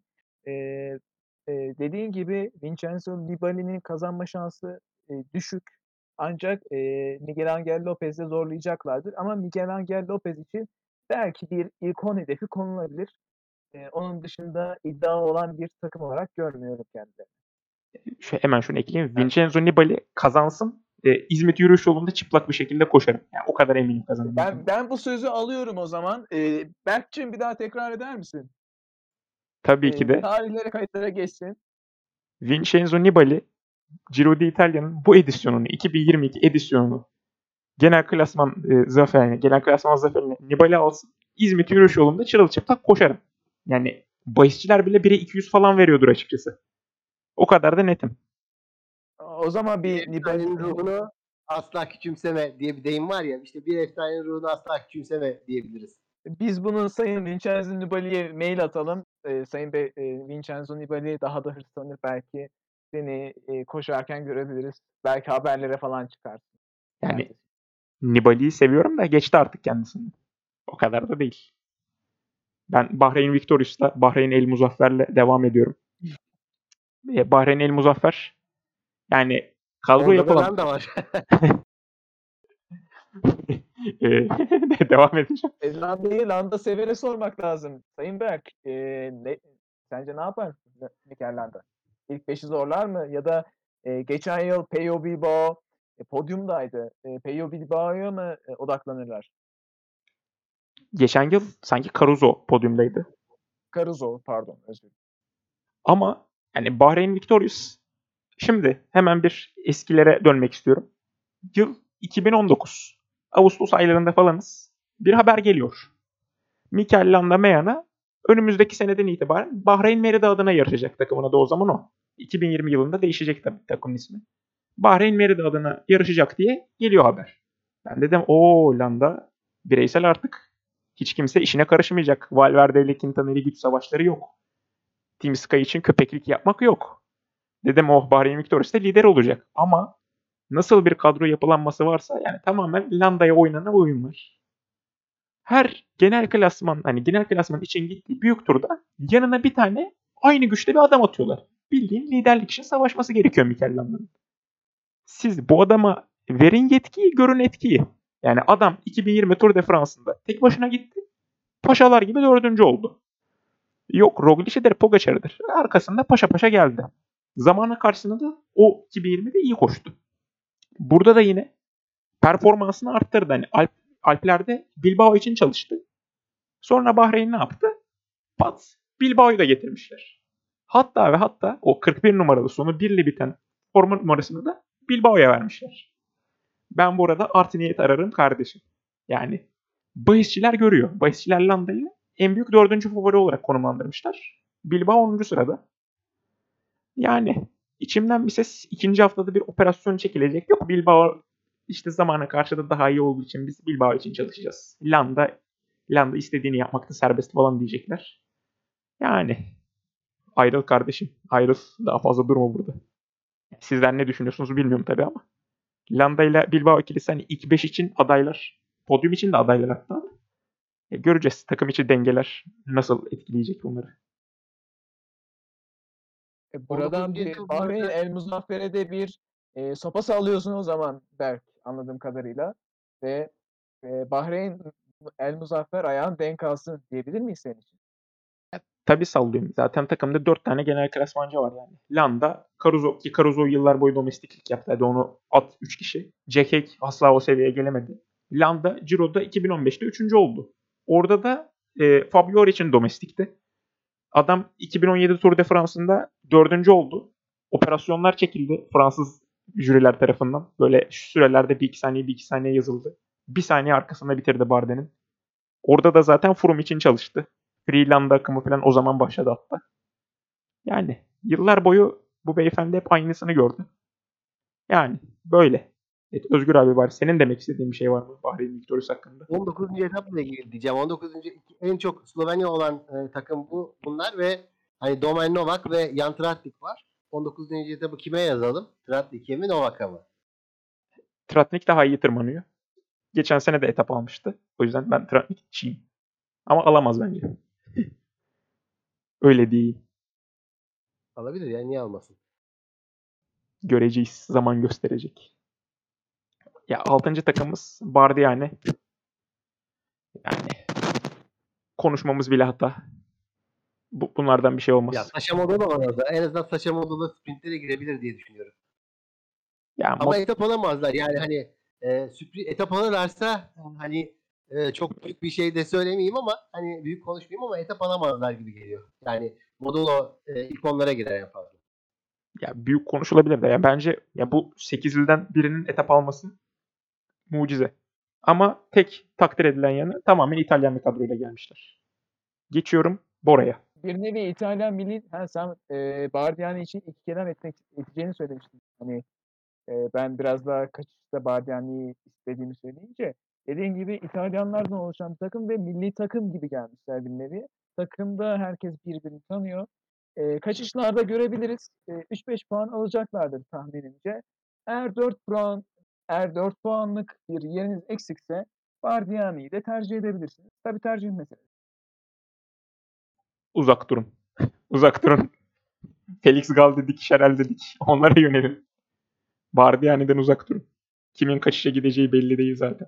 Dediğin gibi Vincenzo Nibali'nin kazanma şansı düşük. Ancak Miguel Angel Lopez'de zorlayacaklardır. Ama Miguel Angel Lopez için belki bir ilk 10 hedefi konulabilir. Onun dışında iddia olan bir takım olarak görmüyorum kendilerini. Hemen şunu ekleyeyim. Vincenzo Nibali kazansın. İzmit yürüyüş yolunda çıplak bir şekilde koşarım. Yani o kadar eminim kazanamayacağım. Ben bu sözü alıyorum o zaman. Berk'cim bir daha tekrar eder misin? Tabii ki de Tarihlere, kayıtlara geçsin. Vincenzo Nibali Giro d'Italia'nın bu edisyonunu 2022 edisyonunu genel klasman zaferini Nibali alsın. İzmit yürüyüş yolunda çırılçıplak koşarım. Yani bahisçiler bile 1'e 200 falan veriyordur açıkçası. O kadar da netim. O zaman bir Efsanenin Nibali ruhunu asla küçümseme diye bir deyim var ya. İşte bir efsanenin ruhunu asla küçümseme diyebiliriz. biz bunu Sayın Vincenzo Nibali'ye mail atalım. Sayın Vincenzo Nibali daha da hırslanır belki. Seni koşarken görebiliriz. Belki haberlere falan çıkarsın. Yani Nibali'yi seviyorum da geçti artık kendisini. O kadar da değil. Ben Bahreyn Victorious'la Bahreyn El Muzaffer'le devam ediyorum. Bahreyn El Muzaffer yani kadro Onda da yapılan Landa var. devam edeceğim. Landa Sever'e sormak lazım. Sayın Berk, sence ne yapar Mikel Landa? İlk 5'i zorlar mı? Ya da geçen yıl Peyo Bilbao podyumdaydı. Peyo Bilbao'ya mı odaklanırlar? Geçen yıl sanki Caruso podyumdaydı. Caruso, pardon, özür dilerim. Ama yani Bahreyn Victorious şimdi hemen bir eskilere dönmek istiyorum. Yıl 2019. Ağustos aylarında falanız. Bir haber geliyor. Mikel Landa Meana önümüzdeki seneden itibaren Bahreyn Merida adına yarışacak, takımın adı o zaman o. 2020 yılında değişecek tabii takımın ismi. Bahreyn Merida adına yarışacak diye geliyor haber. Ben dedim o Landa bireysel artık. Hiç kimse işine karışmayacak. Valverde ile Quintana'yla güç savaşları yok. Team Sky için köpeklik yapmak yok. Dedim oh Bahreyn Victorious'ta lider olacak. Ama nasıl bir kadro yapılanması varsa yani tamamen Landa'ya oynanan oyun var. Her genel klasman için gittiği büyük turda yanına bir tane aynı güçte bir adam atıyorlar. Bildiğin liderlik için savaşması gerekiyor Mikel Landa'nın. Siz bu adama verin yetkiyi, görün etkiyi. Yani adam 2020 Tour de France'ında tek başına gitti. Paşalar gibi 4. oldu. Yok Roglic'idir, Pogacar'ıdır. Arkasında paşa paşa geldi. Zamanla karşısında da o 2020'de iyi koştu. Burada da yine performansını arttırdı. Hani Alplerde Bilbao için çalıştı. Sonra Bahreyn ne yaptı? Pat Bilbao'yu da getirmişler. Hatta ve hatta o 41 numaralı sonu 1 ile biten forma numarasını da Bilbao'ya vermişler. Ben bu arada art niyet ararım kardeşim. Yani bahisçiler görüyor. Bahisçiler Landa'yı en büyük 4. favori olarak konumlandırmışlar. Bilbao 10. sırada. Yani içimden bir ses 2. haftada bir operasyon çekilecek. Yok Bilbao işte zamana karşı da daha iyi olduğu için biz Bilbao için çalışacağız. Landa istediğini yapmakta serbest falan diyecekler. Yani ayrıl kardeşim. Ayrıl. Daha fazla durma burada. Sizler ne düşünüyorsunuz bilmiyorum tabii ama. Landa ile Bilbao ikilisi hani ilk 5 için adaylar. Podyum için de adaylar hatta. Göreceğiz takım içi dengeler nasıl etkileyecek bunları. Buradan 19. bir etap Bahreyn zaten El Muzaffer'e de bir sopa sallıyorsun o zaman Berk anladığım kadarıyla. Ve Bahreyn El Muzaffer ayağın denk alsın diyebilir miyiz senin için? Tabii sallıyorum. Zaten takımda 4 tane genel klasmancı var yani. Landa, Caruso ki Caruso yıllar boyu domestiklik yaptı. Hadi onu at 3 kişi. Jack Haig asla o seviyeye gelemedi. Landa Ciro'da 2015'te 3. oldu. Orada da Fabio için domestikti. Adam 2017 Tour de France'ında 4. oldu. Operasyonlar çekildi Fransız jüriler tarafından. Böyle şu sürelerde 1-2 saniye yazıldı. 1 saniye arkasında bitirdi Barde'nin. Orada da zaten Froome için çalıştı. Freeland akımı falan o zaman başladı hatta. Yani yıllar boyu bu beyefendi hep aynısını gördü. Yani böyle. Evet, Özgür abi var. Senin demek istediğin bir şey var mı Bahreyn Victorious hakkında? 19. etapla ilgili diyeceğim. 19. en çok Slovenya olan takım bunlar ve hani Domen Novak ve Jan Tratnik var. 19. etabı kime yazalım? Tratnik'e mi Novak'a mı? Tratnik daha iyi tırmanıyor. Geçen sene de etap almıştı. O yüzden ben Tratnikçiyim. Ama alamaz bence. Öyle değil. Alabilir ya, niye almasın? Göreceğiz. Zaman gösterecek. Ya 6. takımımız Bardiani. Yani konuşmamız bile hata. Bunlardan bir şey Ya olmaz. Saşa Modolo var orada. En azından Saşa Modolo sprintlere girebilir diye düşünüyorum. Ya Ama etap alamazlar. Yani hani sürpriz etap alırlarsa hani çok büyük bir şey de söylemeyeyim ama hani büyük konuşmayayım ama etap alamazlar gibi geliyor. Yani Modolo ilk onlara girer en fazla. ya büyük konuşulabilir de ya bence ya bu 8 ilden birinin etap alması mucize. Ama tek takdir edilen yanı tamamen İtalyan bir kadroyla gelmişler. Geçiyorum Bora'ya. Bir nevi İtalyan milli sen Bardiani için iki kelam edeceğini söylemiştin. Hani ben biraz daha kaçışta Bardiani'yi istediğimi söyleyince dediğin gibi İtalyanlardan oluşan bir takım ve milli takım gibi gelmişler bir nevi. Takımda herkes birbirini tanıyor. Kaçışlarda görebiliriz. 3-5 puan alacaklardır tahminimce. Eğer 4 puan eğer 4 puanlık bir yeriniz eksikse Bardiani'yi de tercih edebilirsiniz. Tabii tercih meselesi. Uzak durun. Uzak durun. Felix Gal dedik, Şerel dedik. Onlara yönelin. Bardiani'den uzak durun. Kimin kaçışa gideceği belli değil zaten.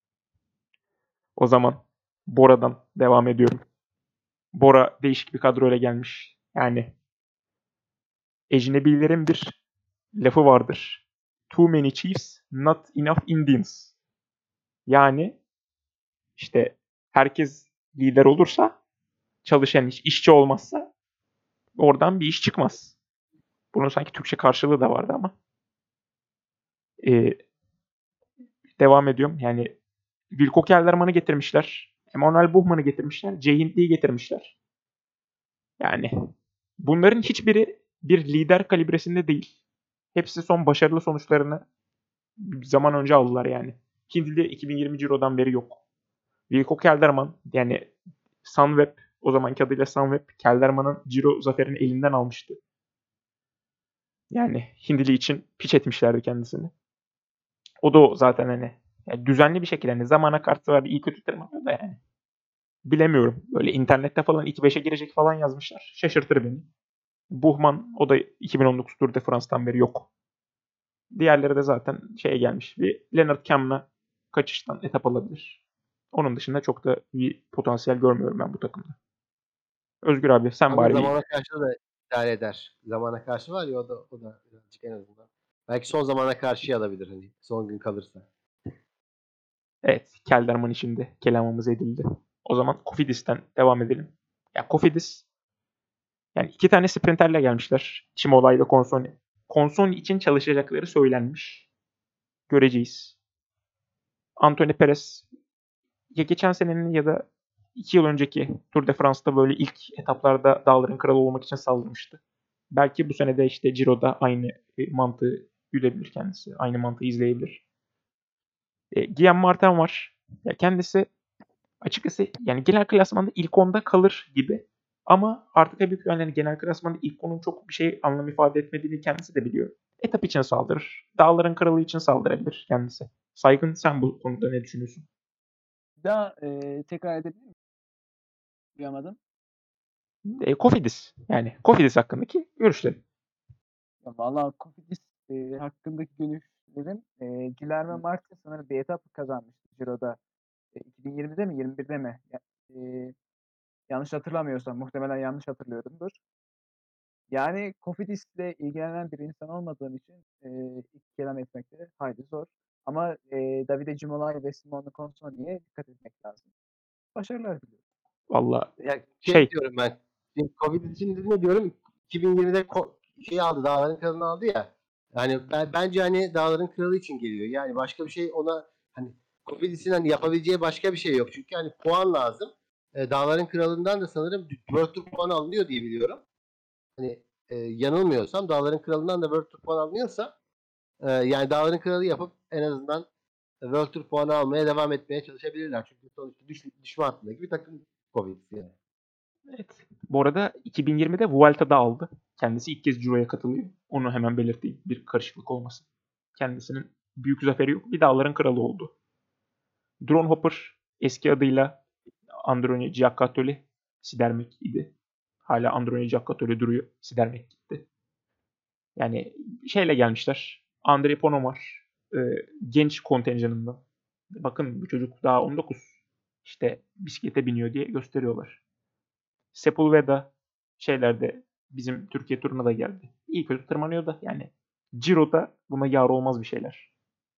O zaman Bora'dan devam ediyorum. Bora değişik bir kadroyla gelmiş. Yani ecnebilerin bir lafı vardır. Too many chiefs, not enough Indians. Yani işte herkes lider olursa, çalışan işçi olmazsa oradan bir iş çıkmaz. Bunun sanki Türkçe karşılığı da vardı ama. Ee, devam ediyorum. Yani Wilco Kelderman'ı getirmişler. Emanuel Buchmann'ı getirmişler. Jay Hindley'i getirmişler. Yani bunların hiçbiri bir lider kalibresinde değil. Hepsi son başarılı sonuçlarını bir zaman önce aldılar yani. Hindley 2020 Ciro'dan beri yok. Wilco Kelderman yani Sunweb o zamanki adıyla Sunweb Kelderman'ın Ciro zaferini elinden almıştı. Yani Hindley için piç etmişlerdi kendisini. O da zaten hani yani düzenli bir şekilde hani zamana kartı var iyi kötü tırmanıyor da yani. Bilemiyorum. Böyle internette falan ilk 5'e girecek falan yazmışlar. Şaşırtır beni. Buchmann o da 2019 Tour de France'tan beri yok. Diğerleri de zaten şeye gelmiş. Bir Leonard Kamna kaçıştan etap alabilir. Onun dışında çok da bir potansiyel görmüyorum ben bu takımda. Özgür abi sen Ama bari zamana karşı da idare eder. Zamana karşı var ya o da birazcık en azından. Belki son zamana karşı alabilir hani son gün kalırsa. evet, Kelderman içinde kelamımız edildi. O zaman Kofidis'ten devam edelim. Ya Kofidis yani iki tane sprinterle gelmişler. Çimola ile Consonni. Consonni için çalışacakları söylenmiş. Göreceğiz. Anthony Perez ya geçen senenin ya da 2 yıl önceki Tour de France'da böyle ilk etaplarda dağların kralı olmak için saldırmıştı. Belki bu sene de işte Ciro'da aynı mantığı güdebilir kendisi. Aynı mantığı izleyebilir. Guillaume Martin var. Ya kendisi açıkçası yani genel klasmanda ilk 10'da kalır gibi. Ama artık tabii ki yani genel klasmanda ilk 10'un çok bir şey anlam ifade etmediğini kendisi de biliyor. Etap için saldırır. Dağların kralı için saldırabilir kendisi. Saygın sen bu konuda ne düşünüyorsun? Bir daha tekrar edebilir miyim? Duyamadım. Kofidis. Yani Kofidis hakkındaki görüşlerim. Ya vallahi Kofidis hakkındaki görüşlerim Guilherme Martin sanırım bir etap kazanmıştı Ciro'da. 2020'de mi 21'de mi? Yanlış hatırlamıyorsam muhtemelen yanlış hatırlıyorumdur. Yani Kofidis'le ilgilenen bir insan olmadığım için ilk kelam etmekte hayli zor. Ama Davide Cimolai ve Simone Consoni'ye dikkat etmek lazım. Başarılar diliyorum. Valla Ya şey diyorum ben. Şimdi Covid için de ne diyorum? 2020'de aldı, Dağların Kralı'nı aldı ya. Yani bence hani Dağların Kralı için geliyor. Yani başka bir şey ona hani Covid için hani yapabileceği başka bir şey yok. Çünkü hani puan lazım. Dağların Kralı'ndan da sanırım World Tour puanı alınıyor diye biliyorum. Hani yanılmıyorsam Dağların Kralı'ndan da World Tour puanı alınıyorsa yani Dağların Kralı yapıp en azından World Tour puanı almaya devam etmeye çalışabilirler. Çünkü sonuçta düşme hattındaki bir takım Covid yani. evet. Bu arada 2020'de Vuelta'da aldı. Kendisi ilk kez Ciro'ya katılıyor. Onu hemen belirteyim. Bir karışıklık olmasın. Kendisinin büyük zaferi yok. Bir dağların kralı oldu. Drone Hopper eski adıyla Androni Giocattoli Sidermec idi. Hala Androni Giocattoli duruyor. Sidermec gitti. Yani şeyle gelmişler. Andrei Ponomar genç kontenjanından. Bakın bu çocuk daha 19. İşte bisiklete biniyor diye gösteriyorlar. Sepulveda şeylerde bizim Türkiye turuna da geldi. İyi kötü tırmanıyor da yani Ciro'da buna yar olmaz bir şeyler.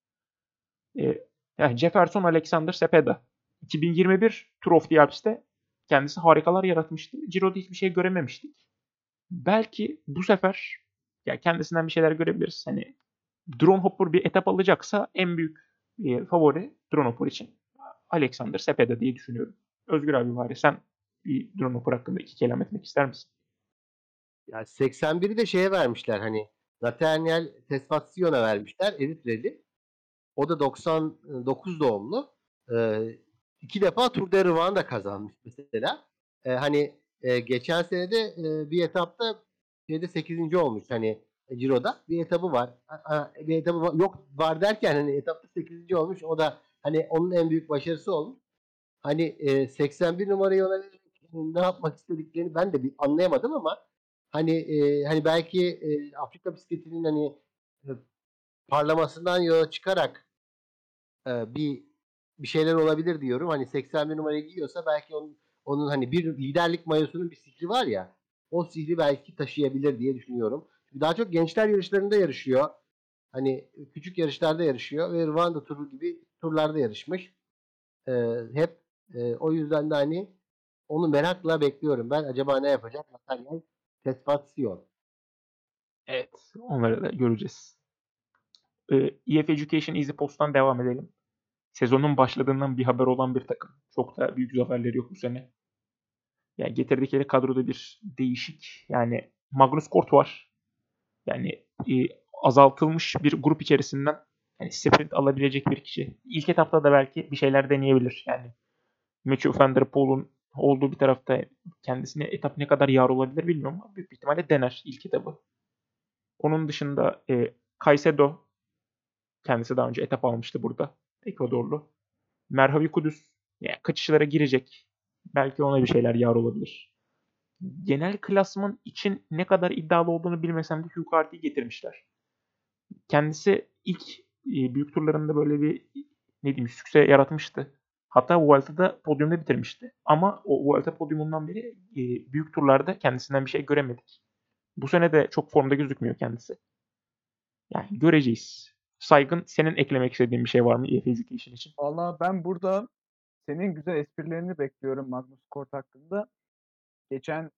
Yani Jefferson Alexander Cepeda 2021 Tour of the Alps'te kendisi harikalar yaratmıştı. Ciro'da hiçbir şey görememiştik. Belki bu sefer ya kendisinden bir şeyler görebiliriz. Hani Drone Hopper bir etap alacaksa en büyük favori Drone Hopper için Alexander Cepeda diye düşünüyorum. Özgür abi var ya sen bir Drone Hopper hakkında iki kelam etmek ister misin? Ya 81'i de şeye vermişler hani Nathaniel Tesfatsion'a vermişler Eritreli. O da 99 doğumlu. İki defa Tour de Rwanda kazanmış mesela. Hani geçen sene de bir etapta şeyde 8. olmuş hani Ciro'da. Bir etabı var. Bir etabı yok var derken hani etapta 8. olmuş. O da hani onun en büyük başarısı olmuş. Hani 81 numarayı ona vererek ne yapmak istediklerini ben de bir anlayamadım ama hani belki Afrika bisikletinin hani e, parlamasından yola çıkarak bir şeyler olabilir diyorum. Hani 81 numarayı giyiyorsa belki onun hani bir liderlik mayosunun bir sihri var ya. O sihri belki taşıyabilir diye düşünüyorum. Daha çok gençler yarışlarında yarışıyor. Hani küçük yarışlarda yarışıyor ve Rwanda turu gibi turlarda yarışmış. Hep o yüzden de hani onu merakla bekliyorum. Ben acaba ne yapacak? Nathaniel Tesfatsion. Evet, onları da göreceğiz. EF Education Easy Post'tan devam edelim. Sezonun başladığından bir haber olan bir takım. Çok da büyük zaferleri yok bu sene. Yani getirdikleri kadroda bir değişik. Yani Magnus Kort var. Yani azaltılmış bir grup içerisinden yani sprint alabilecek bir kişi. İlk etapta da belki bir şeyler deneyebilir. Yani Matthew van der Poel'un olduğu bir tarafta kendisine etap ne kadar yar olabilir bilmiyorum ama büyük bir ihtimalle dener ilk etabı. Onun dışında Caicedo kendisi daha önce etap almıştı burada. Ekvadorlu. Merhavi Kudüs yani kaçışlara girecek. Belki ona bir şeyler yar olabilir. Genel klasman için ne kadar iddialı olduğunu bilmesem de Hugh Carty'yi getirmişler. Kendisi ilk büyük turlarında böyle bir ne diyeyim sükse yaratmıştı. Hatta Vuelta'da podyumda bitirmişti. Ama o Vuelta podyumundan beri büyük turlarda kendisinden bir şey göremedik. Bu sene de çok formda gözükmüyor kendisi. Yani göreceğiz. Saygın, senin eklemek istediğin bir şey var mı EF Education için? Valla ben burada senin güzel esprilerini bekliyorum Magnus Kort hakkında. Geçen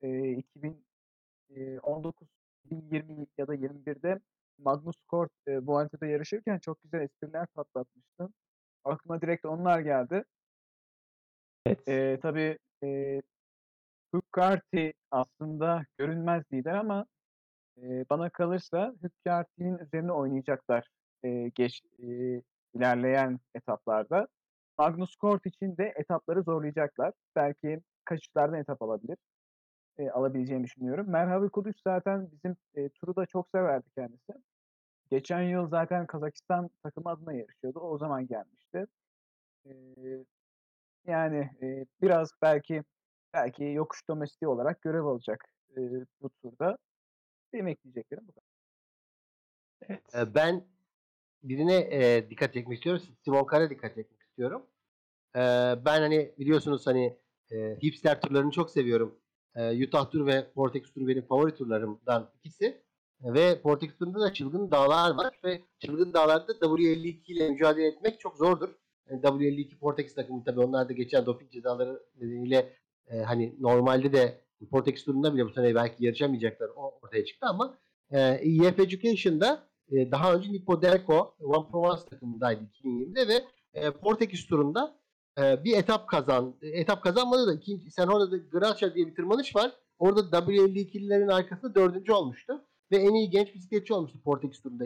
2019, 2020 ya da 21'de Magnus Kort Vuelta'da yarışırken çok güzel espriler patlatmıştı. Aklıma direkt onlar geldi. Evet. Tabii Hüccardi aslında görünmez lider ama bana kalırsa Hüccardi'nin üzerine oynayacaklar ilerleyen etaplarda. Magnus Kort için de etapları zorlayacaklar. Belki kaçışlardan etap alabilir. Alabileceğini düşünüyorum. Merhavi Kudüs zaten bizim turu da çok severdi kendisi. Geçen yıl zaten Kazakistan takımı adına yarışıyordu. O zaman gelmişti. Eee, yani biraz belki yokuş domestiği olarak görev alacak bu turda. Benim ekleyeceklerim bu kadar. Evet. Ben birine dikkat çekmek istiyorum. Simon Carr'a dikkat çekmek istiyorum. Ben hani biliyorsunuz hani hipster turlarını çok seviyorum. Utah Tur ve Vortex Tur benim favori turlarımdan ikisi. Ve Vortex Tur'unda da çılgın dağlar var ve çılgın dağlarda W52 ile mücadele etmek çok zordur. Yani W52 Vortex takımı tabii onlar da geçen doping cezaları nedeniyle hani normalde de Vortex Tur'unda bile bu sene belki yarışamayacaklar o ortaya çıktı ama EF Education'da daha önce Nipo Delco One Provence takımındaydı 2020'de ve Portekiz turunda bir etap kazanmadı da ikinci sen orada Gracia diye bir tırmanış var. Orada W52'lilerin arkasında dördüncü olmuştu. Ve en iyi genç bisikletçi olmuştu Portekiz turunda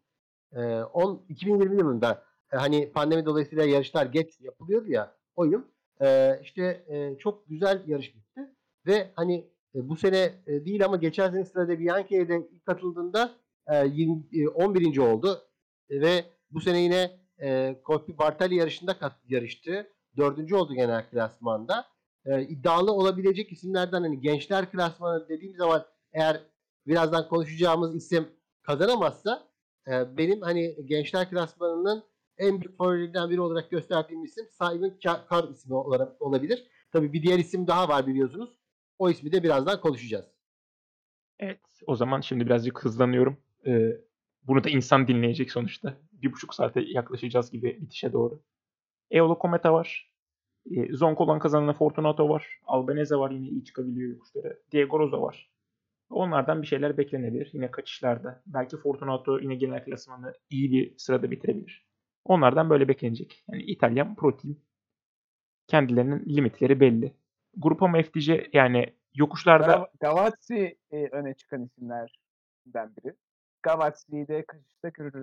2020 yılında. Hani pandemi dolayısıyla yarışlar geç yapılıyordu ya o yıl. Çok güzel yarış bitti. Ve hani bu sene değil ama geçen sene sırada Bianchi'ye de ilk katıldığında 11. oldu. Ve bu sene yine Coppi Bartali yarışında yarıştı. Dördüncü oldu genel klasmanda. İddialı olabilecek isimlerden hani gençler klasmanı dediğim zaman eğer birazdan konuşacağımız isim kazanamazsa benim hani gençler klasmanının en büyük favorilerinden biri olarak gösterdiğim isim Simon Carr ismi olarak olabilir. Tabii bir diğer isim daha var biliyorsunuz. O ismi de birazdan konuşacağız. Evet. O zaman şimdi birazcık hızlanıyorum. Bunu da insan dinleyecek sonuçta. 1,5 saate yaklaşacağız gibi bitişe doğru. Eolo Kometa var. Zonkolan kazananı Fortunato var. Albanese var, yine iyi çıkabiliyor yokuşlara. Diego Rosa var. Onlardan bir şeyler beklenebilir. Yine kaçışlarda. Belki Fortunato yine genel klasmanı iyi bir sırada bitirebilir. Onlardan böyle beklenecek. Yani İtalyan pro team. Kendilerinin limitleri belli. Grupama FTC yani yokuşlarda Gavazzi öne çıkan isimlerden biri. Gavazzi'yi de kaçışta görürüz.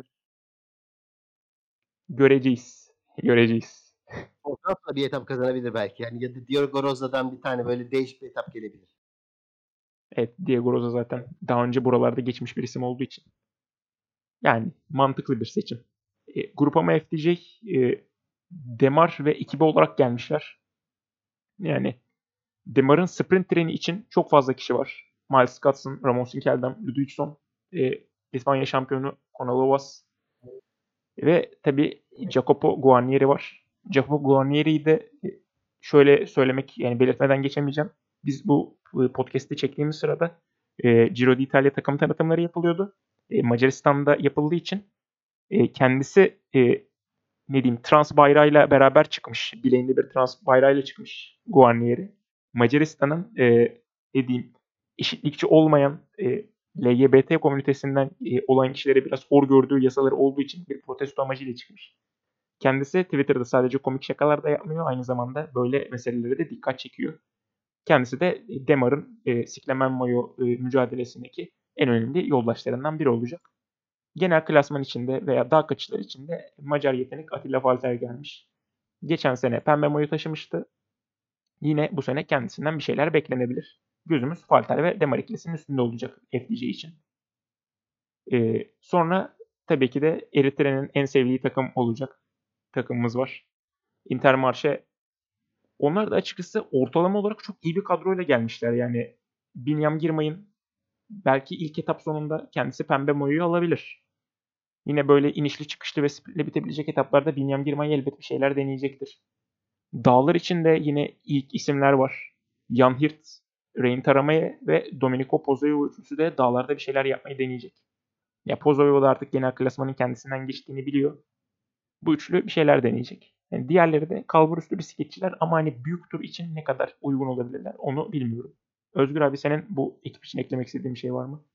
göreceğiz. Göreceğiz. Fotoğrafla bir etap kazanabilir belki. Yani ya da Diego Rosa'dan bir tane böyle değişik bir etap gelebilir. Evet, Diego Rosa zaten daha önce buralarda geçmiş bir isim olduğu için. Yani mantıklı bir seçim. Grupama FTC Demar ve ekibi olarak gelmişler. Yani Demar'ın sprint treni için çok fazla kişi var. Miles Scotson, Ramon Sinkeldam, Ludwigson, İspanya şampiyonu Konalovas ve tabii Jacopo Guarnieri var. Jacopo Guarnieri'yi de şöyle söylemek, yani belirtmeden geçemeyeceğim. Biz bu podcast'i çektiğimiz sırada Giro d'Italia takım tanıtımları yapılıyordu. Macaristan'da yapıldığı için kendisi ne diyeyim, trans bayrağıyla beraber çıkmış. Bileğinde bir trans bayrağıyla çıkmış Guarnieri. Macaristan'ın ne diyeyim, eşitlikçi olmayan LGBT komünitesinden olan kişilere biraz hor gördüğü yasaları olduğu için bir protesto amacıyla çıkmış. Kendisi Twitter'da sadece komik şakalar da yapmıyor. Aynı zamanda böyle meselelere de dikkat çekiyor. Kendisi de Demar'ın Cyclamen Mayo mücadelesindeki en önemli yoldaşlarından biri olacak. Genel klasman içinde veya dağ kaçışları içinde Macar yetenek Attila Valter gelmiş. Geçen sene pembe mayo taşımıştı. Yine bu sene kendisinden bir şeyler beklenebilir. Gözümüz Valter ve Demar ikilisinin üstünde olacak FDJ için. Sonra tabii ki de Eritre'nin en sevdiği takım olacak. Takımımız var. Intermarché. Onlar da açıkçası ortalama olarak çok iyi bir kadroyla gelmişler. Yani Binyam Girmay'ın belki ilk etap sonunda kendisi pembe mayoyu alabilir. Yine böyle inişli çıkışlı ve sprintle bitebilecek etaplarda Binyam Girmay elbet bir şeyler deneyecektir. Dağlar için de yine ilk isimler var. Jan Hirt, Rein Taramaya ve Domenico Pozzovivo üçlüsü de dağlarda bir şeyler yapmayı deneyecek. Ya Pozzovivo da artık genel klasmanın kendisinden geçtiğini biliyor. Bu üçlü bir şeyler deneyecek. Yani diğerleri de kalbur üstü bisikletçiler ama hani büyük tur için ne kadar uygun olabilirler onu bilmiyorum. Özgür abi senin bu ekip için eklemek istediğin bir şey var mı?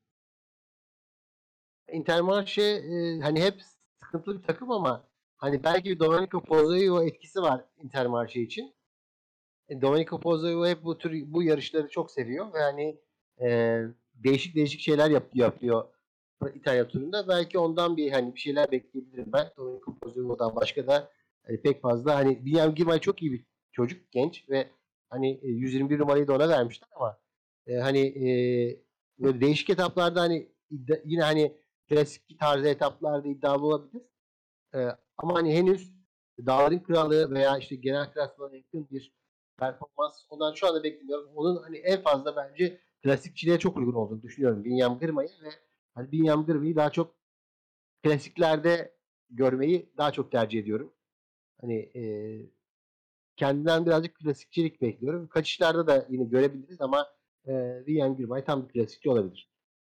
Intermarché hani hep sıkıntılı bir takım ama hani belki Domenico Pozzovivo etkisi var Intermarché için. Domenico Pozzovivo hep bu yarışları çok seviyor ve hani değişik değişik şeyler yapıyor İtalya turunda. Belki ondan bir şeyler bekleyebilirim ben. Domenico Pozzovivo'dan başka da pek fazla hani William Girmay çok iyi bir çocuk, genç ve hani 121 numarayı da ona vermişler ama hani böyle değişik etaplarda hani yine hani klasik tarzı etaplarda iddialı olabilir. E, ama hani henüz Dağların Kralı veya işte genel klasmana yakın bir performans ondan şu anda beklemiyorum. Onun hani en fazla bence klasikçiliğe çok uygun olduğunu düşünüyorum. Binyam Girma'yı ve hani Binyam Girma'yı daha çok klasiklerde görmeyi daha çok tercih ediyorum. Hani kendinden birazcık klasikçilik bekliyorum. Kaçışlarda da yine görebiliriz ama Binyam Girmay tam bir klasikçi olabilir.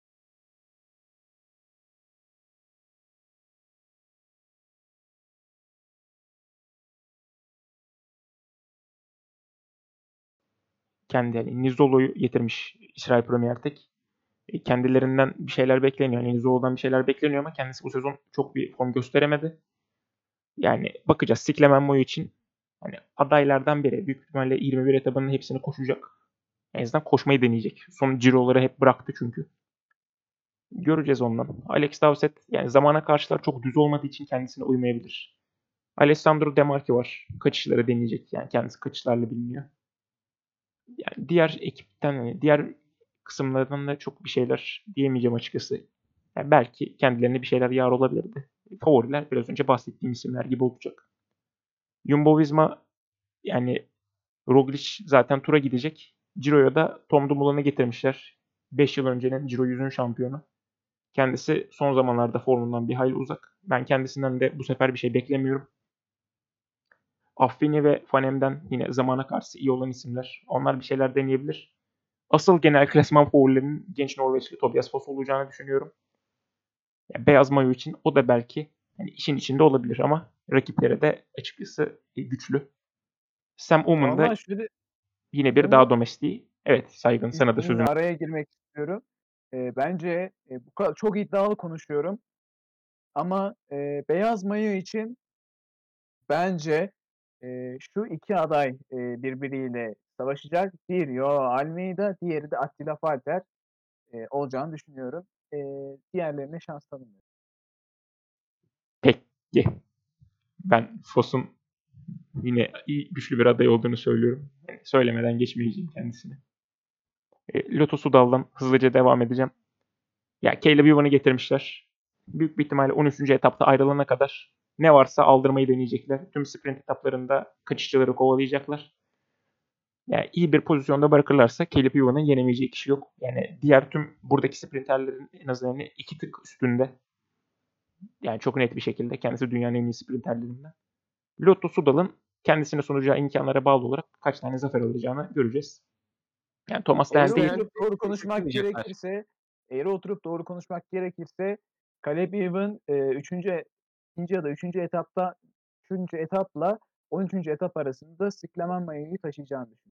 Kendi yani Nizzolo'yu getirmiş İsrail Premier Lig. Kendilerinden bir şeyler bekleniyor. Yani Nizzolo'dan bir şeyler bekleniyor ama kendisi bu sezon çok bir form gösteremedi. Yani bakacağız. Siklemenmo'yu için hani adaylardan biri. Büyük ihtimalle 21 etabının hepsini koşacak. En azından koşmayı deneyecek. Son ciroları hep bıraktı çünkü. Göreceğiz ondan. Alex Dowsett yani zamana karşılar çok düz olmadığı için kendisine uymayabilir. Alessandro De Marchi var. Kaçışları deneyecek. Yani kendisi kaçışlarla biliniyor. Yani diğer ekipten hani diğer kısımlardan da çok bir şeyler diyemeyeceğim açıkçası. Yani belki kendilerine bir şeyler yar olabilirdi. Favoriler biraz önce bahsettiğim isimler gibi olacak. Jumbo-Visma yani Roglic zaten tura gidecek. Ciro'ya da Tom Dumoulin'i getirmişler. 5 yıl öncenin Ciro 100'ün şampiyonu. Kendisi son zamanlarda formundan bir hayli uzak. Ben kendisinden de bu sefer bir şey beklemiyorum. Affini ve Fanem'den yine zamana karşı iyi olan isimler. Onlar bir şeyler deneyebilir. Asıl genel klasman favorilerinin genç Norveçli Tobias Foss olacağını düşünüyorum. Yani beyaz mayo için o da belki hani işin içinde olabilir ama rakiplere de açıkçası güçlü. Sam Oomen da Vallahi şöyle yine bir dağ Umut, domestiği. Evet Saygın sana da izninle sözüm. araya girmek istiyorum. Bence bu kadar çok iddialı konuşuyorum ama beyaz mayo için bence şu iki aday birbiriyle savaşacak. Bir Joao Almeida, diğeri de Attila Valter olacağını düşünüyorum. Diğerlerine şans tanımıyorum. Peki. Ben Foss'un yine iyi, güçlü bir aday olduğunu söylüyorum. Yani söylemeden geçmeyeceğim kendisini. Lotto Sudal'dan hızlıca devam edeceğim. Ya Caleb Ewan'ı getirmişler. Büyük bir ihtimalle 13. etapta ayrılana kadar ne varsa aldırmayı deneyecekler. Tüm sprint etaplarında kaçışçıları kovalayacaklar. Yani iyi bir pozisyonda bırakırlarsa Caleb Ewan'ın yenemeyeceği kişi yok. Yani diğer tüm buradaki sprinterlerin en azından iki tık üstünde. Yani çok net bir şekilde kendisi dünyanın en iyi sprinterlerinden. Lotto Sudal'ın kendisine sunacağı imkanlara bağlı olarak kaç tane zafer alacağını göreceğiz. Yani Thomas Eğri Dern değil. oturup doğru konuşmak Kaçırmayacaklar. gerekirse, Caleb Ewan 2. ya da 3. etapla 13. etap arasında Cyclamen-Mayo'yu taşıyacağını düşünüyorum.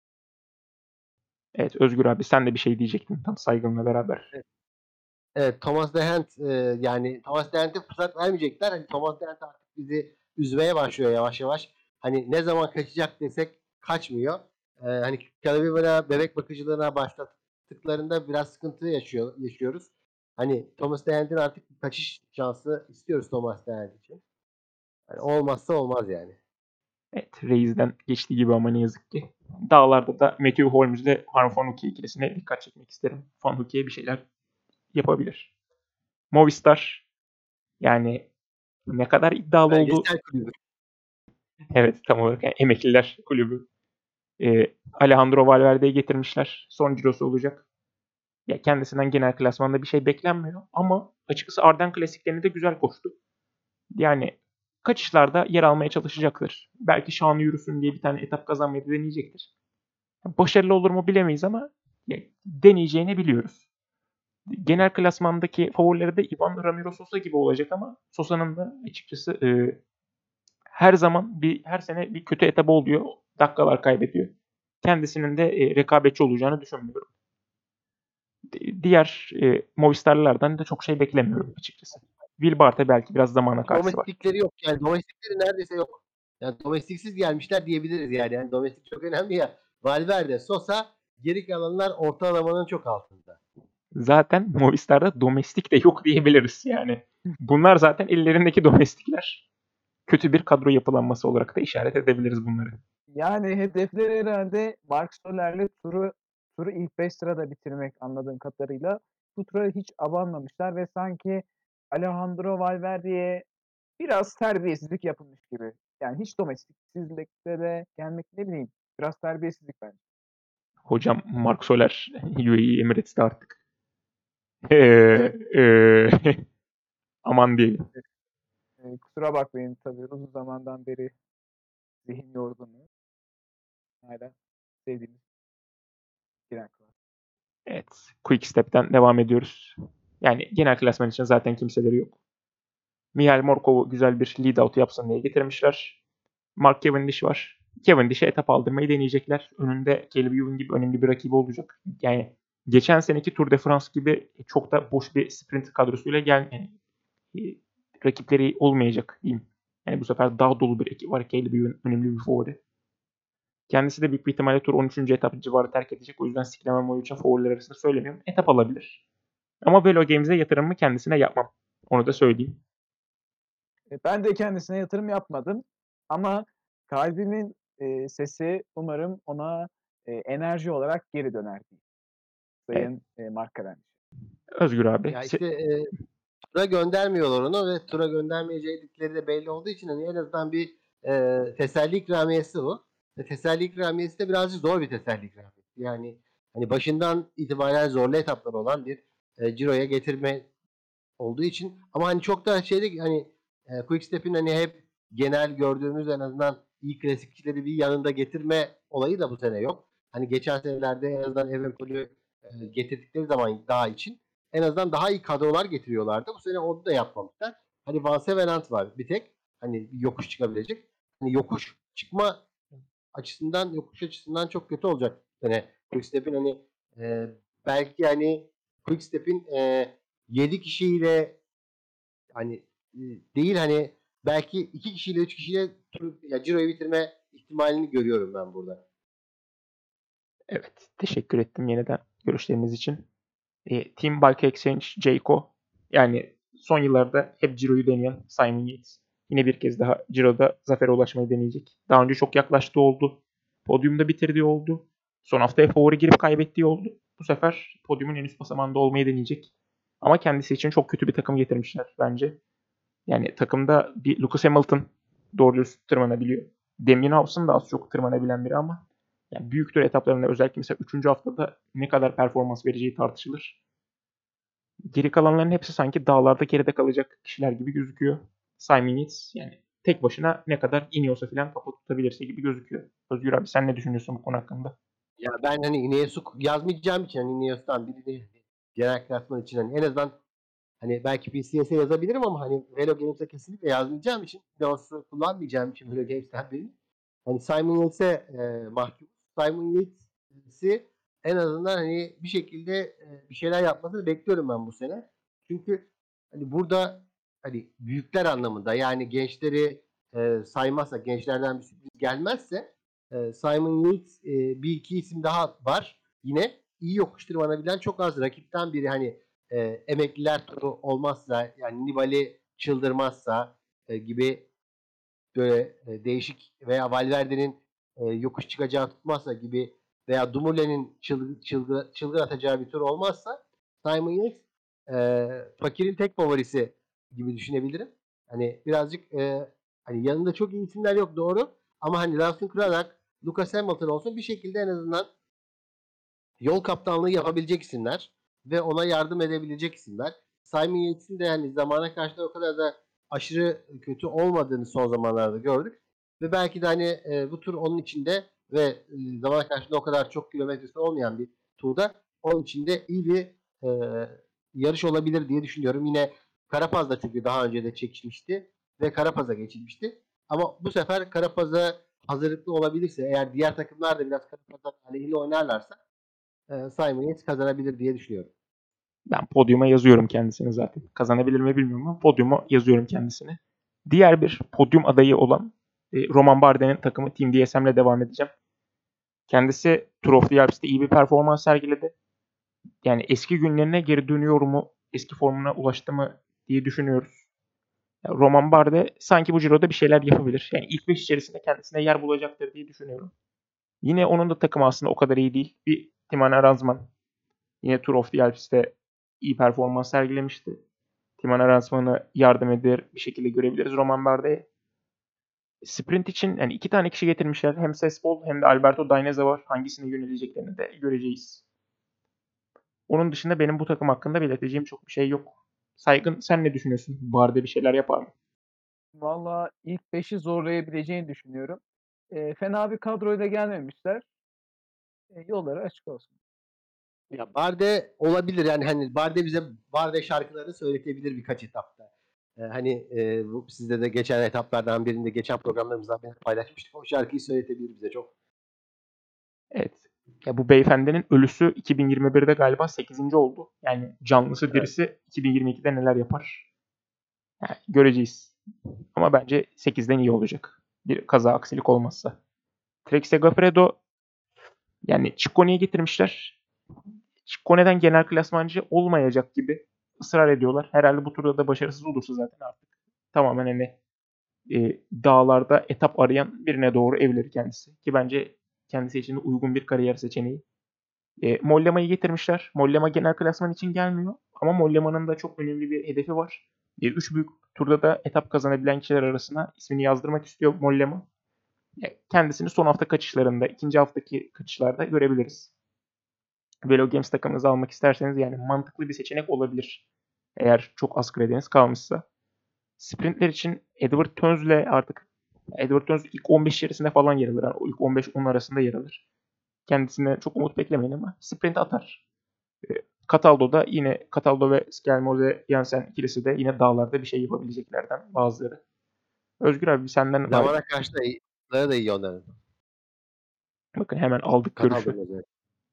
Evet Özgür abi sen de bir şey diyecektin tam saygınla beraber. Evet, Thomas Dehent yani Thomas Dehent'e fırsat vermeyecekler. Hani Thomas Dehent artık bizi üzmeye başlıyor yavaş yavaş. Hani ne zaman kaçacak desek kaçmıyor. Hani Calaveras bebek bakıcılığına başlattıklarında biraz sıkıntı yaşıyoruz. Hani Thomas Dehent'in artık bir kaçış şansı istiyoruz Thomas Dehent için. Yani olmazsa olmaz yani. Evet Reis'den geçtiği gibi ama ne yazık ki. Dağlarda da Matthew Holmes ile Harm Vanhoeke ikilisine dikkat çekmek isterim. Vanhoeke'ye bir şeyler yapabilir. Movistar yani ne kadar iddialı oldu. Belgesel kulübü. Evet tam olarak yani emekliler kulübü. Alejandro Valverde'yi getirmişler. Son cirosu olacak. Ya kendisinden genel klasmanda bir şey beklenmiyor ama açıkçası Arden klasiklerini de güzel koştu. Yani kaçışlarda yer almaya çalışacaktır. Belki şanı yürüsün diye bir tane etap kazanmayı deneyecektir. Başarılı olur mu bilemeyiz ama deneyeceğini biliyoruz. Genel klasmandaki favorileri de Ivan Ramiro Sosa gibi olacak ama Sosa'nın da açıkçası her sene bir kötü etabı oluyor. Dakikalar kaybediyor. Kendisinin de rekabetçi olacağını düşünmüyorum. Diğer Movistar'lardan da çok şey beklemiyorum açıkçası. Wilbart'a belki biraz zamana karşı var. Domestikleri yok. Yani domestikleri neredeyse yok. Yani domestiksiz gelmişler diyebiliriz yani. Yani domestik çok önemli ya. Valverde, Sosa, geri kalanlar ortalamanın çok altında. Zaten Movistar'da domestik de yok diyebiliriz yani. Bunlar zaten ellerindeki domestikler. Kötü bir kadro yapılanması olarak da işaret edebiliriz bunları. Yani hedefleri herhalde Marc Soler'le turu ilk 5 sırada bitirmek anladığım kadarıyla. Bu tura hiç abanmamışlar ve sanki Alejandro Valverde'ye biraz terbiyesizlik yapılmış gibi. Yani hiç domestiksizlikte de gelmek ne bileyim biraz terbiyesizlik bence. Hocam Marc Soler UAE Emirates'te artık. Evet. Aman diyelim. Kusura bakmayın tabii uzun zamandan beri zihin yorgunluğu. Hala sevdiğimiz giren klas. Evet. Quick Step'ten devam ediyoruz. Yani genel klasman için zaten kimseleri yok. Mihail Morkov'u güzel bir lead out yapsın diye getirmişler. Mark Cavendish var. Cavendish'e etap aldırmayı deneyecekler. Önünde Caleb Ewan gibi önemli bir rakibi olacak. Yani geçen seneki Tour de France gibi çok da boş bir sprint kadrosuyla rakipleri olmayacak diyeyim. Yani bu sefer daha dolu bir ekip var. Caleb Ewan önemli bir favori. Kendisi de büyük bir ihtimalle tur 13. etap civarı terk edecek. O yüzden Cyclamen boyu için favoriler arasında söylemiyorum. Etap alabilir. Ama Velo Games'e yatırımımı kendisine yapmam. Onu da söyleyeyim. Ben de kendisine yatırım yapmadım ama kalbimin sesi umarım ona enerji olarak geri döner diyeyim. Evet. Sayın Mark Cavendish. Özgür abi. Ya işte tura göndermiyorlar onu ve tura göndermeyecekleri de belli olduğu için hani en azından bir teselli ikramiyesi bu. Ve teselli ikramiyesi de birazcık zor bir teselli ikramiyesi. Yani hani başından itibaren zorlu etaplar olan bir Ciro'ya getirme olduğu için ama hani çok da şeyde hani Quickstep'in hani hep genel gördüğümüz en azından iyi klasikçileri bir yanında getirme olayı da bu sene yok. Hani geçen senelerde en azından Evenepoel'ü getirdikleri zaman daha için en azından daha iyi kadrolar getiriyorlardı. Bu sene onu da yapmamışlar. Hani Van Sevenant var bir tek. Hani yokuş çıkabilecek. Hani yokuş çıkma açısından yokuş açısından çok kötü olacak. Yani Quickstep'in hani belki hani Quickstep'in 7 kişiyle hani değil hani belki 2 kişiyle 3 kişiyle ya Ciro'yu bitirme ihtimalini görüyorum ben burada. Evet. Teşekkür ettim yeniden görüşleriniz için. Team Bike Exchange, Jayco. Yani son yıllarda hep Ciro'yu deneyen Simon Yates. Yine bir kez daha Ciro'da zafere ulaşmayı deneyecek. Daha önce çok yaklaştığı oldu. Podyumda bitirdiği oldu. Son haftaya favori girip kaybettiği oldu. Bu sefer podyumun en üst basamağında olmayı deneyecek. Ama kendisi için çok kötü bir takım getirmişler bence. Yani takımda bir Lewis Hamilton doğru düz tırmanabiliyor. Damien Howson da az çok tırmanabilen biri ama yani büyük tur etaplarında özellikle mesela 3. haftada ne kadar performans vereceği tartışılır. Geri kalanların hepsi sanki dağlarda geride kalacak kişiler gibi gözüküyor. Simon Yates yani tek başına ne kadar iniyorsa filan kafa tutabilirse gibi gözüküyor. Özgür abi sen ne düşünüyorsun bu konu hakkında? Ya ben hani Ineos'u yazmayacağım için hani Ineos'tan birini genel klasman için hani en azından hani belki PCS'e yazabilirim ama hani Velo Games'e kesinlikle yazmayacağım için Ineos'u kullanmayacağım için Velo Games'ten birini. Hani Simon Yates'e mahkum. Simon Yates'i en azından hani bir şekilde bir şeyler yapmasını bekliyorum ben bu sene. Çünkü hani burada hani büyükler anlamında yani gençleri saymazsa gençlerden bir sürpriz gelmezse Simon Yates bir iki isim daha var. Yine iyi yokuş tırmanabilen çok az rakipten biri hani emekliler turu olmazsa yani Nibali çıldırmazsa gibi böyle değişik veya Valverde'nin yokuş çıkacağı tutmazsa gibi veya Dumoulin'in çılgın atacağı bir tur olmazsa Simon Yates fakirin tek favorisi gibi düşünebilirim. Hani birazcık hani yanında çok iyi isimler yok doğru ama hani Lawson Craddock, Lucas Hamilton olsun bir şekilde en azından yol kaptanlığı yapabilecek isimler ve ona yardım edebilecek isimler. Simon Yates'in de hani zamana karşı o kadar da aşırı kötü olmadığını son zamanlarda gördük. Ve belki de hani bu tur onun içinde ve zaman karşısında o kadar çok kilometresi olmayan bir turda onun içinde iyi bir yarış olabilir diye düşünüyorum. Yine Karapaz'da çünkü daha önce de çekişmişti ve Karapaz'a geçilmişti. Ama bu sefer Karapaz'a hazırlıklı olabilirse, eğer diğer takımlar da biraz Karapaz'dan aleyhine oynarlarsa Simon Yates kazanabilir diye düşünüyorum. Ben podyuma yazıyorum kendisini zaten. Kazanabilir mi bilmiyorum ama podyuma yazıyorum kendisini. Diğer bir podyum adayı olan Romain Bardet'in takımı Team DSM'le devam edeceğim. Kendisi Tour of the Alps'te iyi bir performans sergiledi. Yani eski günlerine geri dönüyor mu, eski formuna ulaştı mı diye düşünüyoruz. Yani Romain Bardet sanki bu Ciro'da bir şeyler yapabilir. Yani ilk 5 içerisinde kendisine yer bulacaktır diye düşünüyorum. Yine onun da takımı aslında o kadar iyi değil. Bir Timon Aranzman yine Tour of the Alps'te iyi performans sergilemişti. Timon Aranzman'ı yardım eder bir şekilde görebiliriz Romain Bardet'e. Sprint için yani 2 tane kişi getirmişler. Hem Sespol hem de Alberto Dainese var. Hangisine yöneleceklerini de göreceğiz. Onun dışında benim bu takım hakkında belirteceğim çok bir şey yok. Saygın, sen ne düşünüyorsun? Bardet bir şeyler yapar mı? Valla ilk 5'i zorlayabileceğini düşünüyorum. Fena bir kadroyla gelmemişler. Yolları açık olsun. Ya Barde olabilir, yani hani Barde bize Barde şarkılarını söyletebilir birkaç etapta. Hani bu sizde de geçen etaplardan birinde, geçen programlarımızda paylaşmıştık. O şarkıyı söyletebilir bize çok. Evet. Ya bu beyefendinin ölüsü 2021'de galiba 8. oldu. Yani canlısı Evet. dirisi 2022'de neler yapar? Yani göreceğiz. Ama bence 8'den iyi olacak. Bir kaza aksilik olmazsa. Trek Segafredo yani Cicconi'yi getirmişler. Ciccone'den genel klasmancı olmayacak gibi ısrar ediyorlar. Herhalde bu turda da başarısız olursa zaten artık tamamen hani dağlarda etap arayan birine doğru evlenir kendisi. Ki bence kendisi için de uygun bir kariyer seçeneği. Mollema'yı getirmişler. Mollema genel klasman için gelmiyor. Ama Mollema'nın da çok önemli bir hedefi var. 3 büyük turda da etap kazanabilen kişiler arasına ismini yazdırmak istiyor Mollema. Kendisini son hafta kaçışlarında, ikinci haftaki kaçışlarda görebiliriz. Velo Games takımınızı almak isterseniz yani mantıklı bir seçenek olabilir. Eğer çok az krediniz kalmışsa. Sprintler için Edward Tönz'le artık Edward Tönz ilk 15 içerisinde falan yer alır. Yani o ilk 15-10 arasında yer alır. Kendisine çok umut beklemeyin ama sprint atar. Cataldo'da yine Cataldo ve Skelmose Jansen ikilisi de yine dağlarda bir şey yapabileceklerden bazıları. Özgür abi senden var. Zamana karşı da iyi onların. Bakın hemen aldık görüşü. Cataldo'nun özellikle.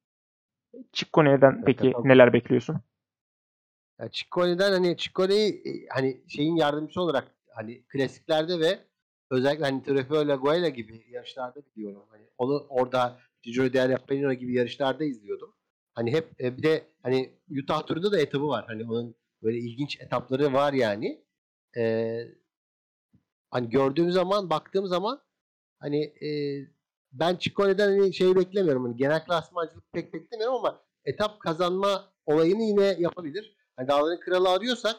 Cicconi'den peki Cataldo. neler bekliyorsun? Ya Cicconi'den, hani Cicconi'yi hani şeyin yardımcısı olarak, hani klasiklerde ve özellikle hani Trofeo Laguayla gibi yarışlarda biliyorum. Hani onu orada Giro dell'Appennino gibi yarışlarda izliyordum. Hani hep bir de hani Utah turunda da etabı var. Hani onun böyle ilginç etapları var yani. Ee, Hani baktığım zaman hani ben Cicconi'den hani şey beklemiyorum. Hani genel klasmancılık pek beklemiyorum ama etap kazanma olayını yine yapabilir. Hani Dağların Kralı arıyorsak,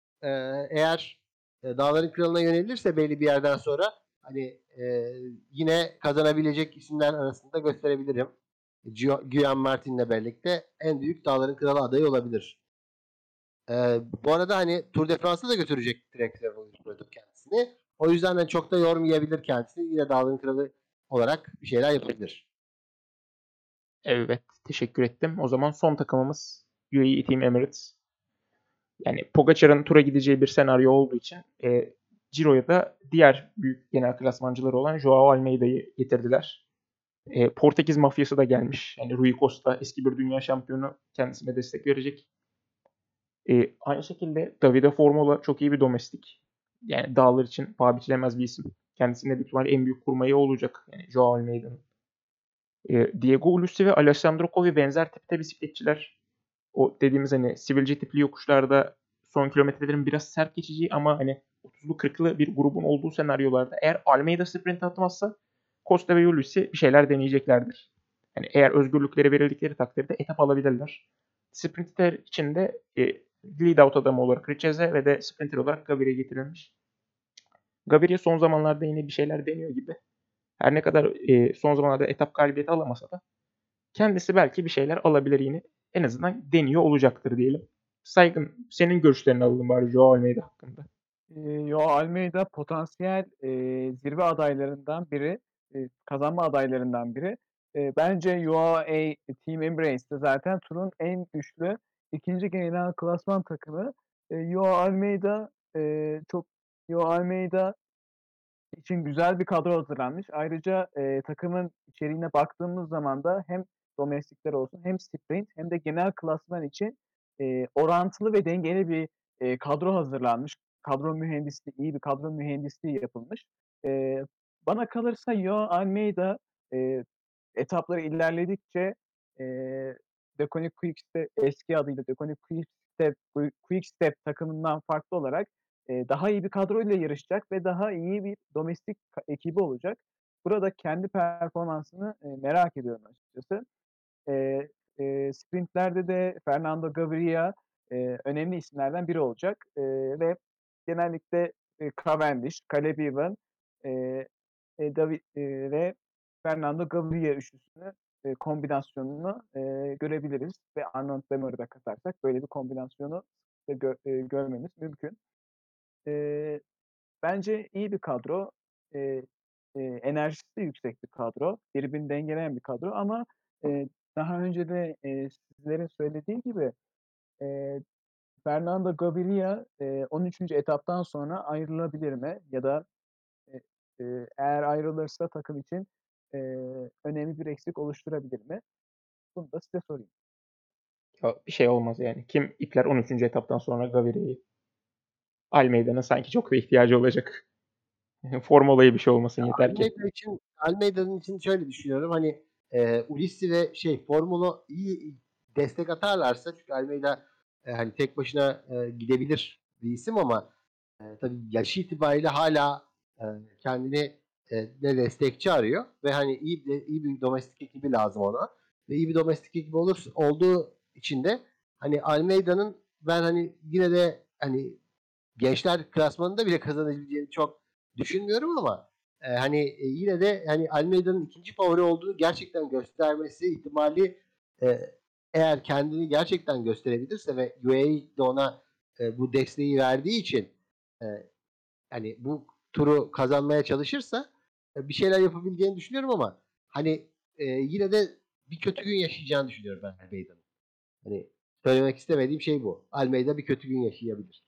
eğer Dağların Kralı'na yönelirse belli bir yerden sonra hani yine kazanabilecek isimler arasında gösterebilirim. Guillaume Martin'le birlikte en büyük Dağların Kralı adayı olabilir. Bu arada hani Tour de France'a da götürecek Trek Segafredo kendisini. O yüzden de çok da yormayabilir kendisini. Yine Dağların Kralı olarak bir şeyler yapabilir. Evet, teşekkür ettim. O zaman son takımımız UAE Team Emirates. Yani Pogacar'ın tura gideceği bir senaryo olduğu için Ciro'ya da diğer büyük genel klasmancıları olan Joao Almeida'yı getirdiler. Portekiz mafyası da gelmiş. Yani Rui Costa eski bir dünya şampiyonu kendisine destek verecek. Aynı şekilde Davide Formola çok iyi bir domestik. Yani dağlar için paha biçilemez bir isim. Kendisine büyük ihtimalle en büyük kurmayı olacak. Yani Joao Almeida'nın. Diego Ulissi ve Alessandro Covi benzer tipte bisikletçiler. O dediğimiz hani sivilce tipli yokuşlarda son kilometrelerin biraz sert geçeceği ama hani 30'lu 40'lı bir grubun olduğu senaryolarda eğer Almeida sprint atmazsa Costa ve Ulissi bir şeyler deneyeceklerdir. Yani eğer özgürlükleri verildikleri takdirde etap alabilirler. Sprinter için de lead out adamı olarak Richeze ve de sprinter olarak Gaviria getirilmiş. Gaviria son zamanlarda yine bir şeyler deniyor gibi. Her ne kadar son zamanlarda etap galibiyeti alamasa da kendisi belki bir şeyler alabilir yine. En azından deniyor olacaktır diyelim. Saygın, senin görüşlerini alalım bari Joao Almeida hakkında. Joao Almeida potansiyel zirve adaylarından biri, kazanma adaylarından biri. Bence UAE Team Emirates zaten turun en güçlü ikinci genel klasman takımı. Joao Almeida çok Joao Almeida için güzel bir kadro hazırlanmış. Ayrıca takımın içeriğine baktığımız zaman da hem domestikler olsun hem sprint hem de genel klasman için orantılı ve dengeli bir kadro hazırlanmış. Kadro mühendisliği, iyi bir kadro mühendisliği yapılmış. Eee, Bana kalırsa Joao Almeida etapları ilerledikçe Deceuninck Quick-Step eski adıyla Deceuninck Quick-Step takımından farklı olarak daha iyi bir kadroyla yarışacak ve daha iyi bir domestik ekibi olacak. Burada kendi performansını merak ediyorum açıkçası. Sprintlerde de Fernando Gaviria önemli isimlerden biri olacak ve genellikle Cavendish, Caleb Ewan, eee, David ve Fernando Gaviria üçlüsünü kombinasyonunu görebiliriz ve Arnaud Demar'ı da katarsak böyle bir kombinasyonu da görmemiz mümkün. Eee, Bence iyi bir kadro. Eee, Enerjisi de yüksek bir kadro. Birbirini dengeleyen bir kadro ama eee, daha önce de sizlerin söylediği gibi eee, Fernando Gaviria 13. etaptan sonra ayrılabilir mi? Ya da eee, eğer ayrılırsa takım için önemli bir eksik oluşturabilir mi? Bunu da size sorayım. Ya bir şey olmaz yani. Kim ipler 13. etaptan sonra Gaviria'yı? Almeida'nın sanki çok da ihtiyacı olacak. Formula'ya bir şey olmasın yeter ki. Almeida'nın için şöyle düşünüyorum. Hani Ulissi ve Formula iyi destek atarlarsa, çünkü Almeida hani tek başına gidebilir bir isim ama tabii yaşı itibariyle hala e, kendini de destekçi arıyor ve hani iyi bir domestik ekibi lazım ona. Ve iyi bir domestik ekibi olduğu için de hani Almeida'nın ben hani yine de hani gençler klasmanında bile kazanabileceğini çok düşünmüyorum ama yine de hani Almeida'nın ikinci favori olduğunu gerçekten göstermesi ihtimali, e, eğer kendini gerçekten gösterebilirse ve UAE de ona bu desteği verdiği için e, hani bu turu kazanmaya çalışırsa bir şeyler yapabileceğini düşünüyorum ama hani yine de bir kötü gün yaşayacağını düşünüyorum ben Almeida'nın. Hani söylemek istemediğim şey bu. Almeida bir kötü gün yaşayabilir.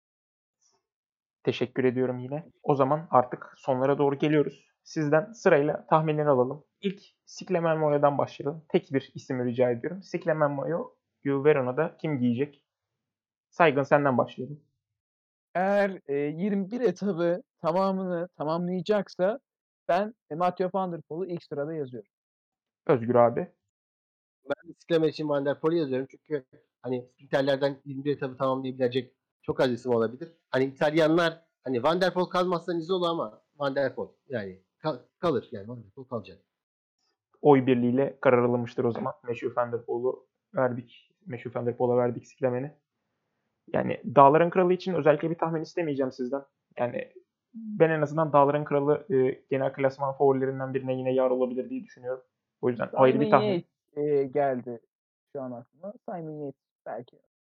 Teşekkür ediyorum yine. O zaman artık sonlara doğru geliyoruz. Sizden sırayla tahminleri alalım. İlk Cyclamen Mayo'dan başlayalım. Tek bir isim rica ediyorum. Cyclamen Mayo, Verona'da kim giyecek? Saygın senden başlayalım. Eğer 21 etabı tamamını tamamlayacaksa ben Mathieu van der Poel'u ilk sırada yazıyorum. Özgür abi. Ben istiklame için Van der Poel'i yazıyorum çünkü hani sprinterlerden 21 etabı tamamlayabilecek çok az isim olabilir. Hani İtalyanlar hani Van der Poel kalmazsa Nizolo ama Van der Poel yani kalır yani Van der Poel kalacak. Oy birliğiyle karar alınmıştır o zaman. Mathieu van der Poel'u verdik. Mathieu van der Poel'a verdik Cyclamen'i. Yani Dağların Kralı için özellikle bir tahmin istemeyeceğim sizden. Yani ben en azından Dağların Kralı genel klasman favorilerinden birine yine yar olabilir diye düşünüyorum. O yüzden ayrı Simon bir tahmin. Yates geldi şu an aklıma. Simon Yates belki.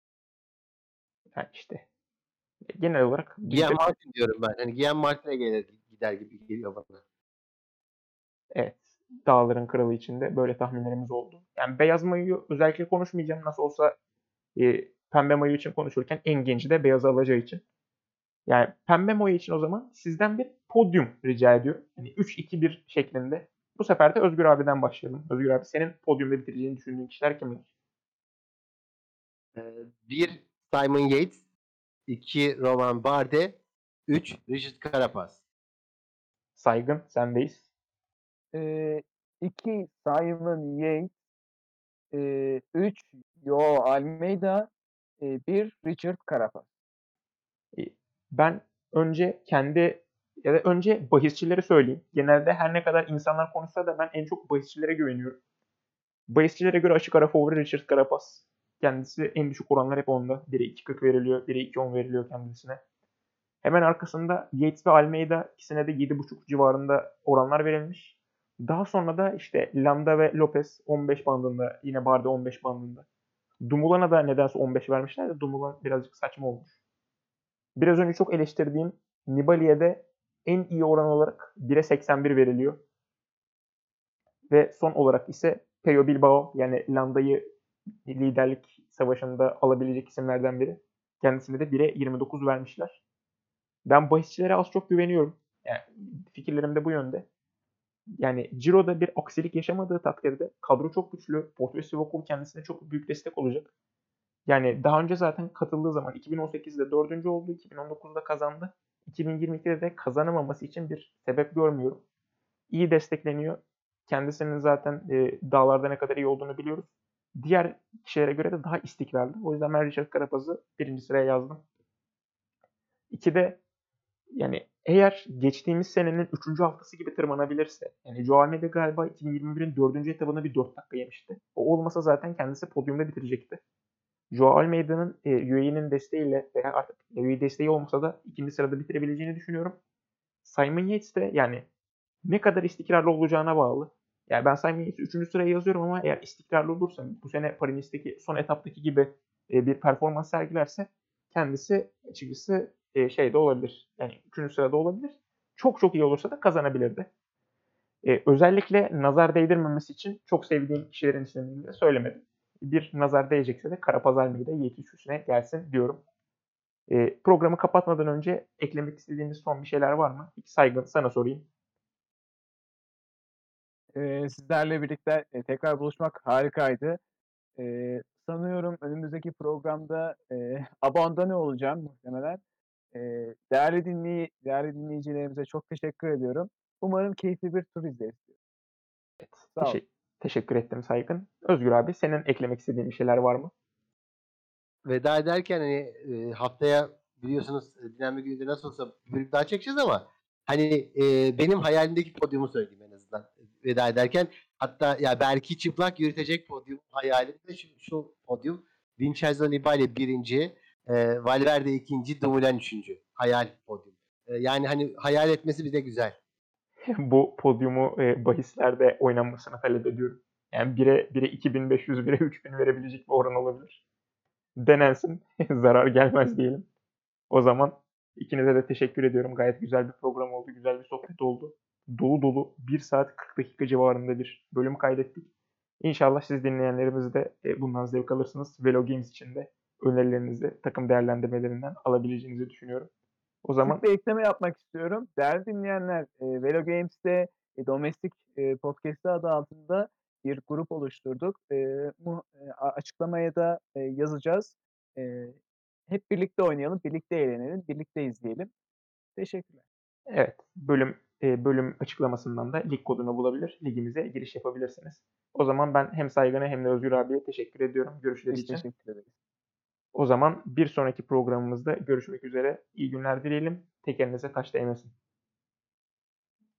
Yani işte genel olarak Guillaume bizde Martin diyorum ben. Hani Guillaume Martin'e gider gibi geliyor bana. evet Dağların Kralı için de böyle tahminlerimiz oldu. Yani beyaz mayoyu özellikle konuşmayacağım. Nasıl olsa pembe mayo için konuşurken en genci de beyazı alacağı için. Yani pembe mayo için o zaman sizden bir podyum rica ediyorum. Yani 3-2-1 şeklinde. Bu sefer de Özgür abiden başlayalım. Özgür abi senin podyumda bitireceğini düşündüğün kişiler kimler? 1 Simon Yates, 2 Roman Bardet, 3 Richard Carapaz. Saygın sendeyiz. 2 Simon Yates, 3 Joao Almeida, 1 Richard Carapaz. E, Ben önce bahisçileri söyleyeyim. Genelde her ne kadar insanlar konuşsa da ben en çok bahisçilere güveniyorum. Bahisçilere göre açık ara favori Richard Carapaz. Kendisi en düşük oranlar hep onda. Biri 2.40 veriliyor, biri 2.10 veriliyor kendisine. Hemen arkasında Yates ve Almeida ikisine de 7.5 civarında oranlar verilmiş. Daha sonra da işte Landa ve Lopez 15 bandında, yine Barde 15 bandında. Dumoulin'a da nedense 15 vermişler de Dumoulin birazcık saçma olmuş. Biraz önce çok eleştirdiğim Nibali'ye de en iyi oran olarak 1'e 81 veriliyor. Ve son olarak ise Pello Bilbao, yani Landa'yı liderlik savaşında alabilecek isimlerden biri. Kendisine de 1'e 29 vermişler. Ben bahisçilere az çok güveniyorum. Yani fikirlerim de bu yönde. Yani Ciro'da bir aksilik yaşamadığı takdirde kadro çok güçlü. Porto Sivakov kendisine çok büyük destek olacak. Yani daha önce zaten katıldığı zaman 2018'de 4. oldu, 2019'da kazandı. 2022'de de kazanamaması için bir sebep görmüyorum. İyi destekleniyor. Kendisinin zaten dağlarda ne kadar iyi olduğunu biliyoruz. Diğer kişilere göre de daha istikrarlı. O yüzden ben Richard Carapaz'ı 1. sıraya yazdım. 2'de yani eğer geçtiğimiz senenin 3. haftası gibi tırmanabilirse, yani Joao Almeida galiba 2021'in 4. etabında bir 4 dakika yemişti. O olmasa zaten kendisi podyumda bitirecekti. Joao Almeida'nın UAE'nin desteğiyle veya artık UAE desteği olmasa da 2. sırada bitirebileceğini düşünüyorum. Simon Yates de yani ne kadar istikrarlı olacağına bağlı. Yani ben Simon Yates'i 3. sıraya yazıyorum ama eğer istikrarlı olursa, bu sene Paris-Nice'deki son etaptaki gibi bir performans sergilerse kendisi açıkçası şeyde olabilir. Yani 3. sırada olabilir. Çok çok iyi olursa da kazanabilirdi. Özellikle nazar değdirmemesi için çok sevdiğim kişilerin isimlerini de söylemedim. Bir nazar değecekse de Karapaz Almeida Yiğit üstüne gelsin diyorum. Programı kapatmadan önce eklemek istediğiniz son bir şeyler var mı? Saygın, sana sorayım. Sizlerle birlikte tekrar buluşmak harikaydı. Sanıyorum önümüzdeki programda abandone olacağım muhtemelen. Değerli dinleyicilerimize çok teşekkür ediyorum. Umarım keyifli bir tur izleriz. Evet, Sağ olun. teşekkür ettim Saygın. Özgür abi, senin eklemek istediğin bir şeyler var mı? Veda ederken hani haftaya biliyorsunuz Dinlenme Günü'nde nasıl olsa bir bölüm daha çekeceğiz ama hani benim hayalimdeki podyumu söyleyeyim en azından veda ederken. Hatta ya belki çıplak yürütecek podyum hayalimde şu podyum. Vincenzo Nibali 1. Valverde 2. Dumoulin 3. Hayal podyum. Yani hani hayal etmesi bir de güzel. Bu podyumu bahislerde oynanmasını talep ediyorum. Yani 1'e 2500, 1'e 3000 verebilecek bir oran olabilir. Denensin, zarar gelmez diyelim. O zaman ikinize de teşekkür ediyorum. Gayet güzel bir program oldu, güzel bir sohbet oldu. Dolu dolu 1 saat 40 dakika civarında bir bölüm kaydettik. İnşallah siz dinleyenlerimiz de bundan zevk alırsınız. Velo Games için de önerilerinizi takım değerlendirmelerinden alabileceğinizi düşünüyorum. O zaman Küçük bir ekleme yapmak istiyorum. Değerli dinleyenler, Velo Games'te Domestik Podcast'ı adı altında bir grup oluşturduk. Açıklamaya da yazacağız. Hep birlikte oynayalım, birlikte eğlenelim, birlikte izleyelim. Teşekkürler. evet, bölüm açıklamasından da lig kodunu bulabilir, ligimize giriş yapabilirsiniz. O zaman ben hem Saygın'a hem de Özgür abiye teşekkür ediyorum görüşleri Biz için. teşekkür ederiz. O zaman bir sonraki programımızda görüşmek üzere. İyi günler dileyelim. Tekerinize taş değmesin.